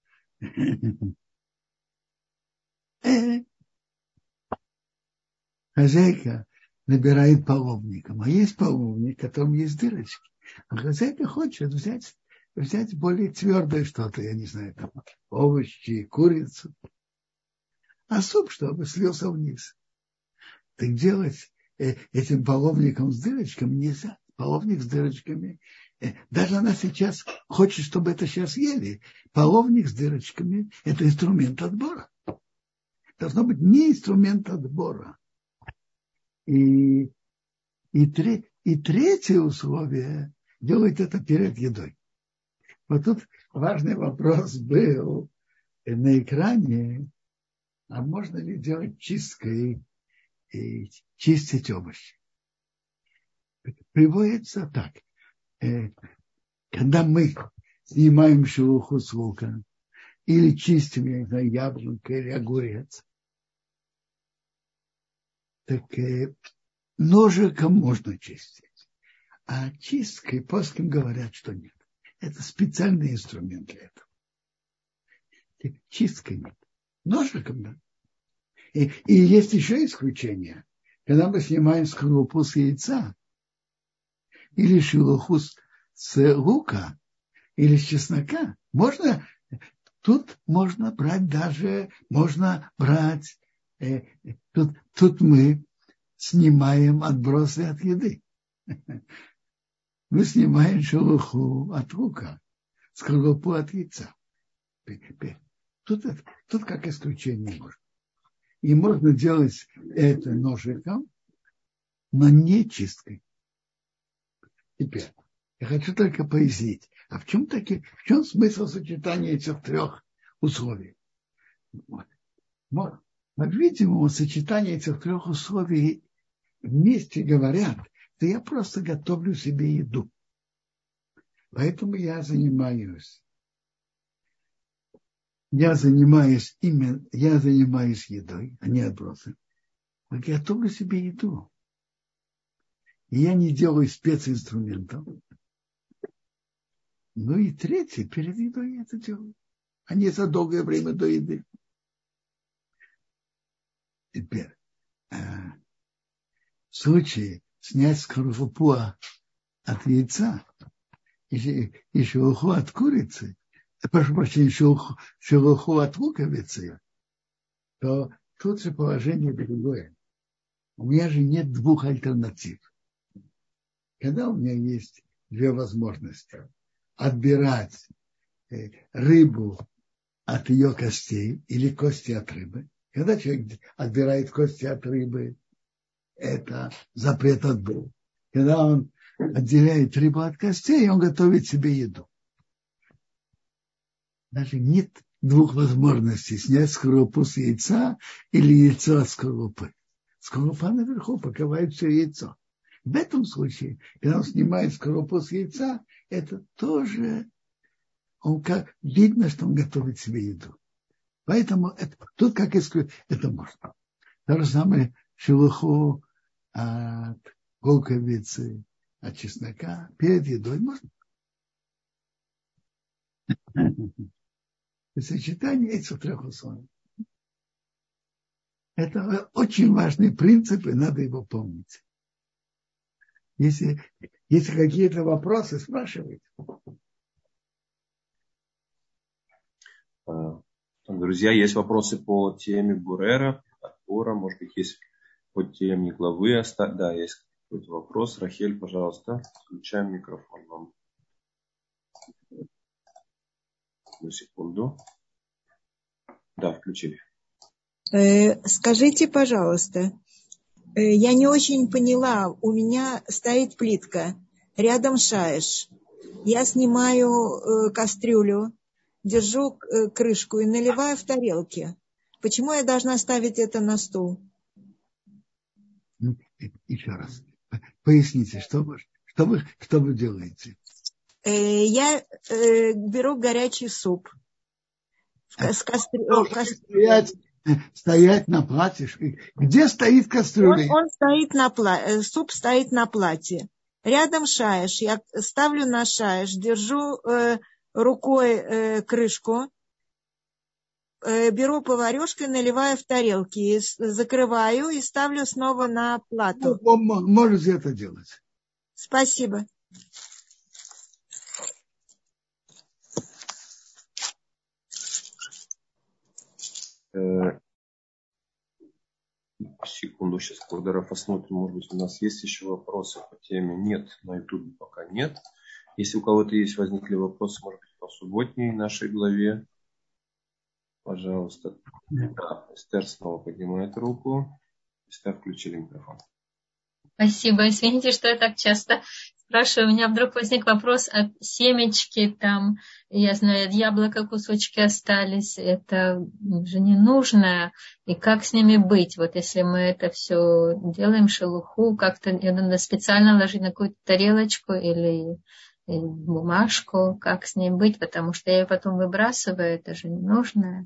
Хозяйка набирает половником, а есть половник, в котором есть дырочки. А хозяйка хочет взять, взять более твердое что-то, я не знаю, там, овощи, курицу. А суп, чтобы слился вниз. Так делать э, этим половником с дырочками нельзя. Половник с дырочками. Э, даже она сейчас хочет, чтобы это сейчас ели. Половник с дырочками – это инструмент отбора. Должно быть не инструмент отбора. И, и, тре, и третье условие – делать это перед едой. Вот тут важный вопрос был на экране. А можно ли делать чисткой и чистить овощи? Приводится так. Когда мы снимаем шелуху с лука или чистим, я не знаю, яблоко или огурец, так ножиком можно чистить. А чисткой поским говорят, что нет. Это специальный инструмент для этого. Чисткой нет. Ножиком, да. И, и есть еще исключение. Когда мы снимаем скорлупу с яйца, или шелуху с, с лука, или с чеснока, можно, тут можно брать даже, можно брать, э, тут, тут мы снимаем отбросы от еды. Мы снимаем шелуху от лука, скорлупу от яйца. Тут, тут как исключение можно. И можно делать это ножиком, но не чисткой. Теперь, я хочу только пояснить, а в чем, таки, в чем смысл сочетания этих трех условий? Вот. По-видимому, сочетание этих трех условий вместе говорят, что я просто готовлю себе еду. Поэтому я занимаюсь Я занимаюсь именно, я занимаюсь едой, а не отбросом. Я готовлю себе еду. И я не делаю специнструментов. Ну и третье, перед едой я это делаю. А не за долгое время до еды. Теперь, в случае снять скорлупу от яйца и, и шелуху от курицы, прошу прощения, шелуху, шелуху от луковицы, то тут же положение другое. У меня же нет двух альтернатив. Когда у меня есть две возможности отбирать рыбу от ее костей или кости от рыбы, когда человек отбирает кости от рыбы, это запрет отбора. Когда он отделяет рыбу от костей, он готовит себе еду. Даже нет двух возможностей снять скорлупу с яйца или яйцо от скорлупы. Скорлупа наверху покрывает все яйцо. В этом случае, когда он снимает скорлупу с яйца, это тоже он как, видно, что он готовит себе еду. Поэтому это, тут как исключение, это можно. То же самое шелуху от луковицы, от чеснока перед едой можно. Сочетание этих трех условий. Это очень важный принцип, и надо его помнить. Если, если какие-то вопросы, спрашивайте. Друзья, есть вопросы по теме Бурера, отбора, может быть, есть по теме главы. Да, есть какой-то вопрос. Рахель, пожалуйста, включаем микрофон вам. Одну секунду. Да, включили. Скажите, пожалуйста, я не очень поняла, у меня стоит плитка, рядом шаиш. Я снимаю кастрюлю, держу крышку и наливаю в тарелки. Почему я должна ставить это на стол? Еще раз. Поясните, что вы, что вы, что вы делаете? Я э, беру горячий суп. С кастрю... стоять, стоять на плате. Где стоит кастрюля? Он, он стоит на плате. Суп стоит на плате. Рядом шаеш. Я ставлю на шаеш, держу э, рукой э, крышку, э, беру поварешкой, наливаю в тарелки, закрываю и ставлю снова на плату. Ну, можете это делать. Спасибо. Секунду, сейчас, когда посмотрим, может быть, у нас есть еще вопросы по теме. Нет, на ютубе пока нет. Если у кого-то есть, возникли вопросы, может быть, по субботней нашей главе, пожалуйста. Да, Эстер снова поднимает руку. Эстер, включили микрофон. Спасибо. Извините, что я так часто спрашиваю. У меня вдруг возник вопрос о семечке. Там, я знаю, от яблока кусочки остались. Это же не нужно. И как с ними быть? Вот если мы это все делаем, шелуху, как-то надо специально ложить на какую-то тарелочку или, или бумажку. Как с ней быть? Потому что я ее потом выбрасываю. Это же не нужно.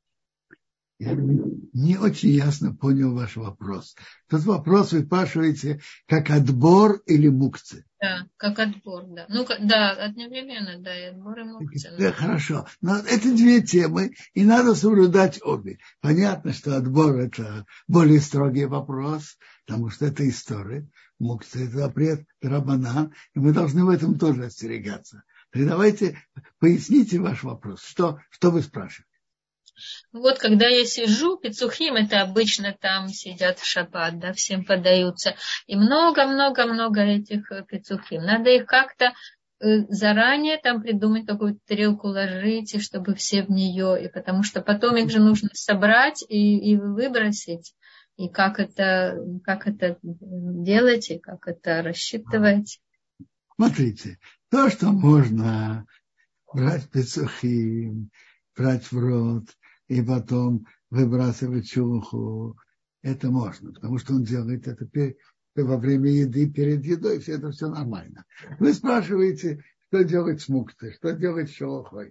Я не очень ясно понял ваш вопрос. Тот вопрос вы спрашиваете, как отбор или мукцы? Да, как отбор, да. Ну, да, одновременно, да, и отбор, и мукцы. Да, хорошо. Но это две темы, и надо соблюдать обе. Понятно, что отбор – это более строгий вопрос, потому что это история. Мукцы – это запрет, рабанан, и мы должны в этом тоже остерегаться. Так давайте поясните ваш вопрос. Что, что вы спрашиваете? Вот когда я сижу, пицухим, это обычно там сидят в шаббат, да, всем подаются. И много-много-много этих пицухим. Надо их как-то заранее там придумать, какую-то тарелку ложить, и чтобы все в нее. И потому что потом их же нужно собрать и, и выбросить. И как это, как это делать, и как это рассчитывать. Смотрите, то, что можно брать пицухим, брать в рот, и потом выбрасывать шелуху, это можно, потому что он делает это во время еды, перед едой, все это все нормально. Вы спрашиваете, что делать с муктой, что делать с шелухой.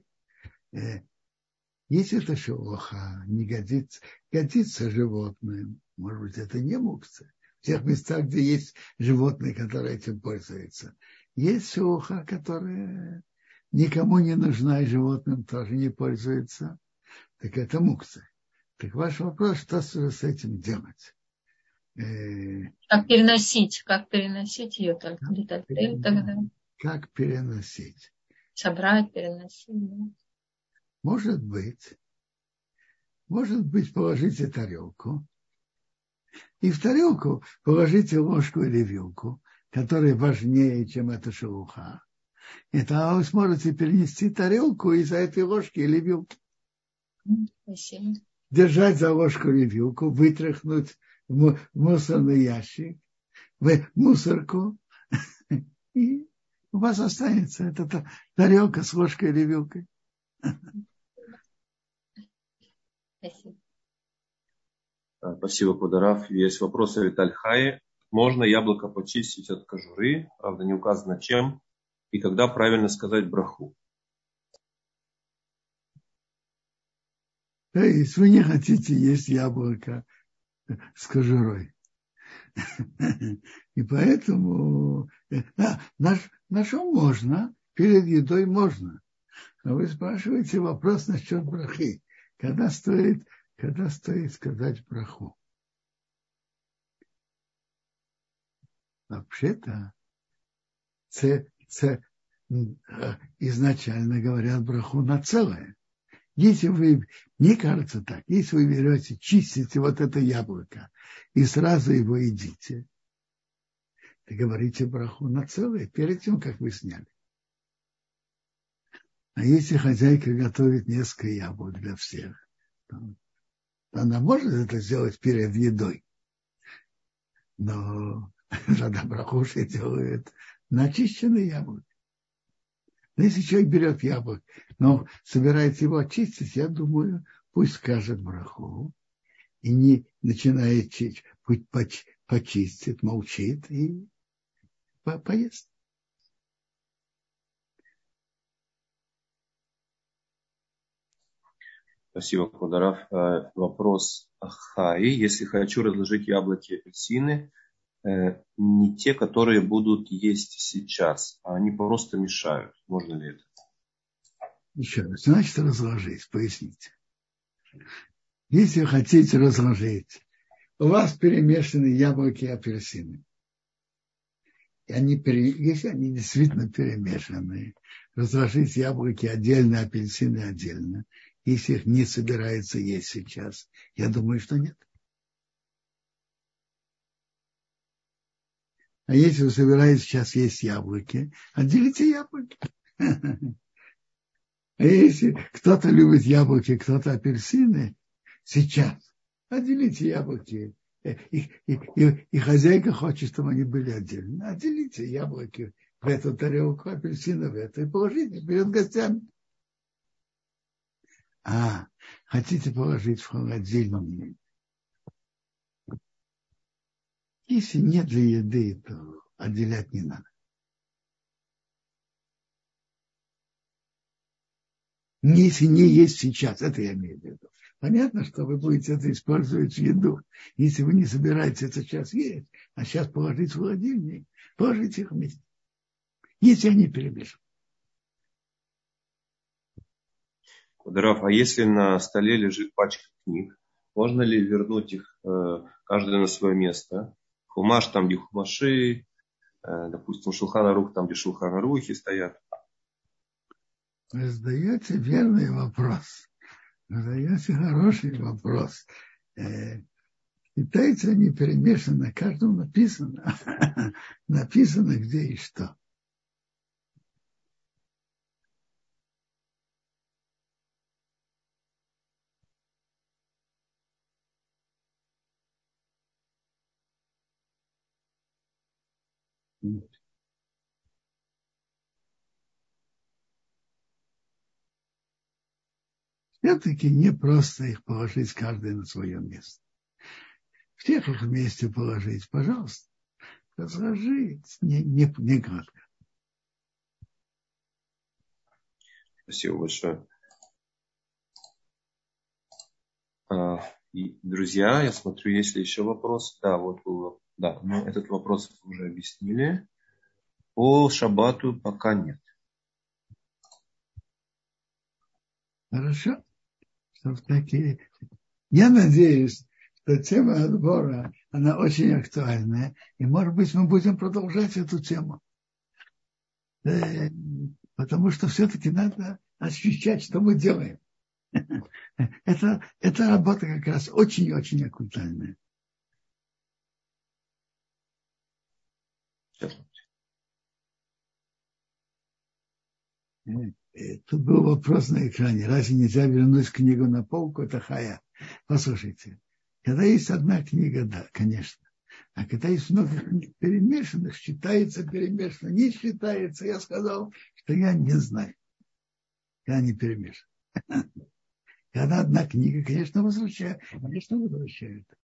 Если эта шелуха не годится, годится животным, может быть, это не мукция. В тех местах, где есть животные, которые этим пользуются. Есть шелуха, которая никому не нужна, и животным тоже не пользуется. Так это мукция. Так ваш вопрос, что с этим делать? Как переносить? Как переносить ее так, как, тогда? Как переносить? Собрать, переносить. Да. Может быть. Может быть, положите тарелку. И в тарелку положите ложку или вилку, которая важнее, чем эта шелуха. И тогда вы сможете перенести тарелку из-за этой ложки или вилки. Спасибо. Держать за ложку или вилку, вытряхнуть в мусорный ящик, в мусорку, и у вас останется эта тарелка с ложкой или вилкой. Спасибо. Спасибо, Кударав. Есть вопрос о Витальхае. Можно яблоко почистить от кожуры, правда, не указано чем, и когда правильно сказать браху? Если вы не хотите есть яблоко с кожурой. И поэтому а, наш, нашел можно, перед едой можно. А вы спрашиваете вопрос насчет брахи. Когда стоит, когда стоит сказать браху? Вообще-то це, це, изначально говорят браху на целое. Если вы, мне кажется так, если вы берете, чистите вот это яблоко и сразу его едите, то говорите браху на целое перед тем, как вы сняли. А если хозяйка готовит несколько яблок для всех, то она может это сделать перед едой. Но тогда браху все делают на очищенные яблоки. Но если человек берет яблок, но собирается его очистить, я думаю, пусть скажет браху и не начинает путь почистит, молчит и по поест. Спасибо, Кударав. Вопрос Ахаи. Если хочу разложить яблоки и апельсины, не те, которые будут есть сейчас, а они просто мешают. Можно ли это? Еще раз. Значит, разложить. Поясните. Если вы хотите разложить, у вас перемешаны яблоки и апельсины. И они, если они действительно перемешаны, разложить яблоки отдельно, апельсины отдельно, если их не собирается есть сейчас, я думаю, что нет. А если вы собираетесь сейчас есть яблоки, отделите яблоки. А если кто-то любит яблоки, кто-то апельсины, сейчас отделите яблоки. И, и, и, и хозяйка хочет, чтобы они были отдельно. Отделите яблоки в эту тарелку, апельсины в эту, и положите перед гостями. А, хотите положить в холодильник? Если нет для еды, то отделять не надо. Если не есть сейчас, это я имею в виду. Понятно, что вы будете это использовать в еду. Если вы не собираетесь это сейчас есть, а сейчас положить в холодильник, положите их вместе. Если они перемешаны. Кударав, а если на столе лежит пачка книг, можно ли вернуть их э, каждое на свое место? Хумаш там, где хумаши, э, допустим, Шулхан Арух там, где Шулхан Арухи стоят. Вы задаете верный вопрос. Вы задаете хороший вопрос. Э, китайцы, они перемешаны, на каждом написано. Написано, где и что. Все-таки не просто их положить каждый на свое место. Всех их вместе положить, пожалуйста. Разложить не, не, не гладко. Спасибо большое. А, и, друзья, я смотрю, есть ли еще вопрос. Да, вот был. Да, но этот вопрос уже объяснили. По шаббату пока нет. Хорошо. Такие. Я надеюсь, что тема отбора, она очень актуальная. И, может быть, мы будем продолжать эту тему. Потому что все-таки надо ощущать, что мы делаем. Это, эта работа как раз очень-очень актуальная. Тут был вопрос на экране. Разве нельзя вернуть книгу на полку? Это хая. Послушайте. Когда есть одна книга, да, конечно. А когда есть много книг перемешанных, считается перемешанно. Не считается. Я сказал, что я не знаю. Я не перемешан. Когда одна книга, конечно, возвращают. Конечно, возвращают.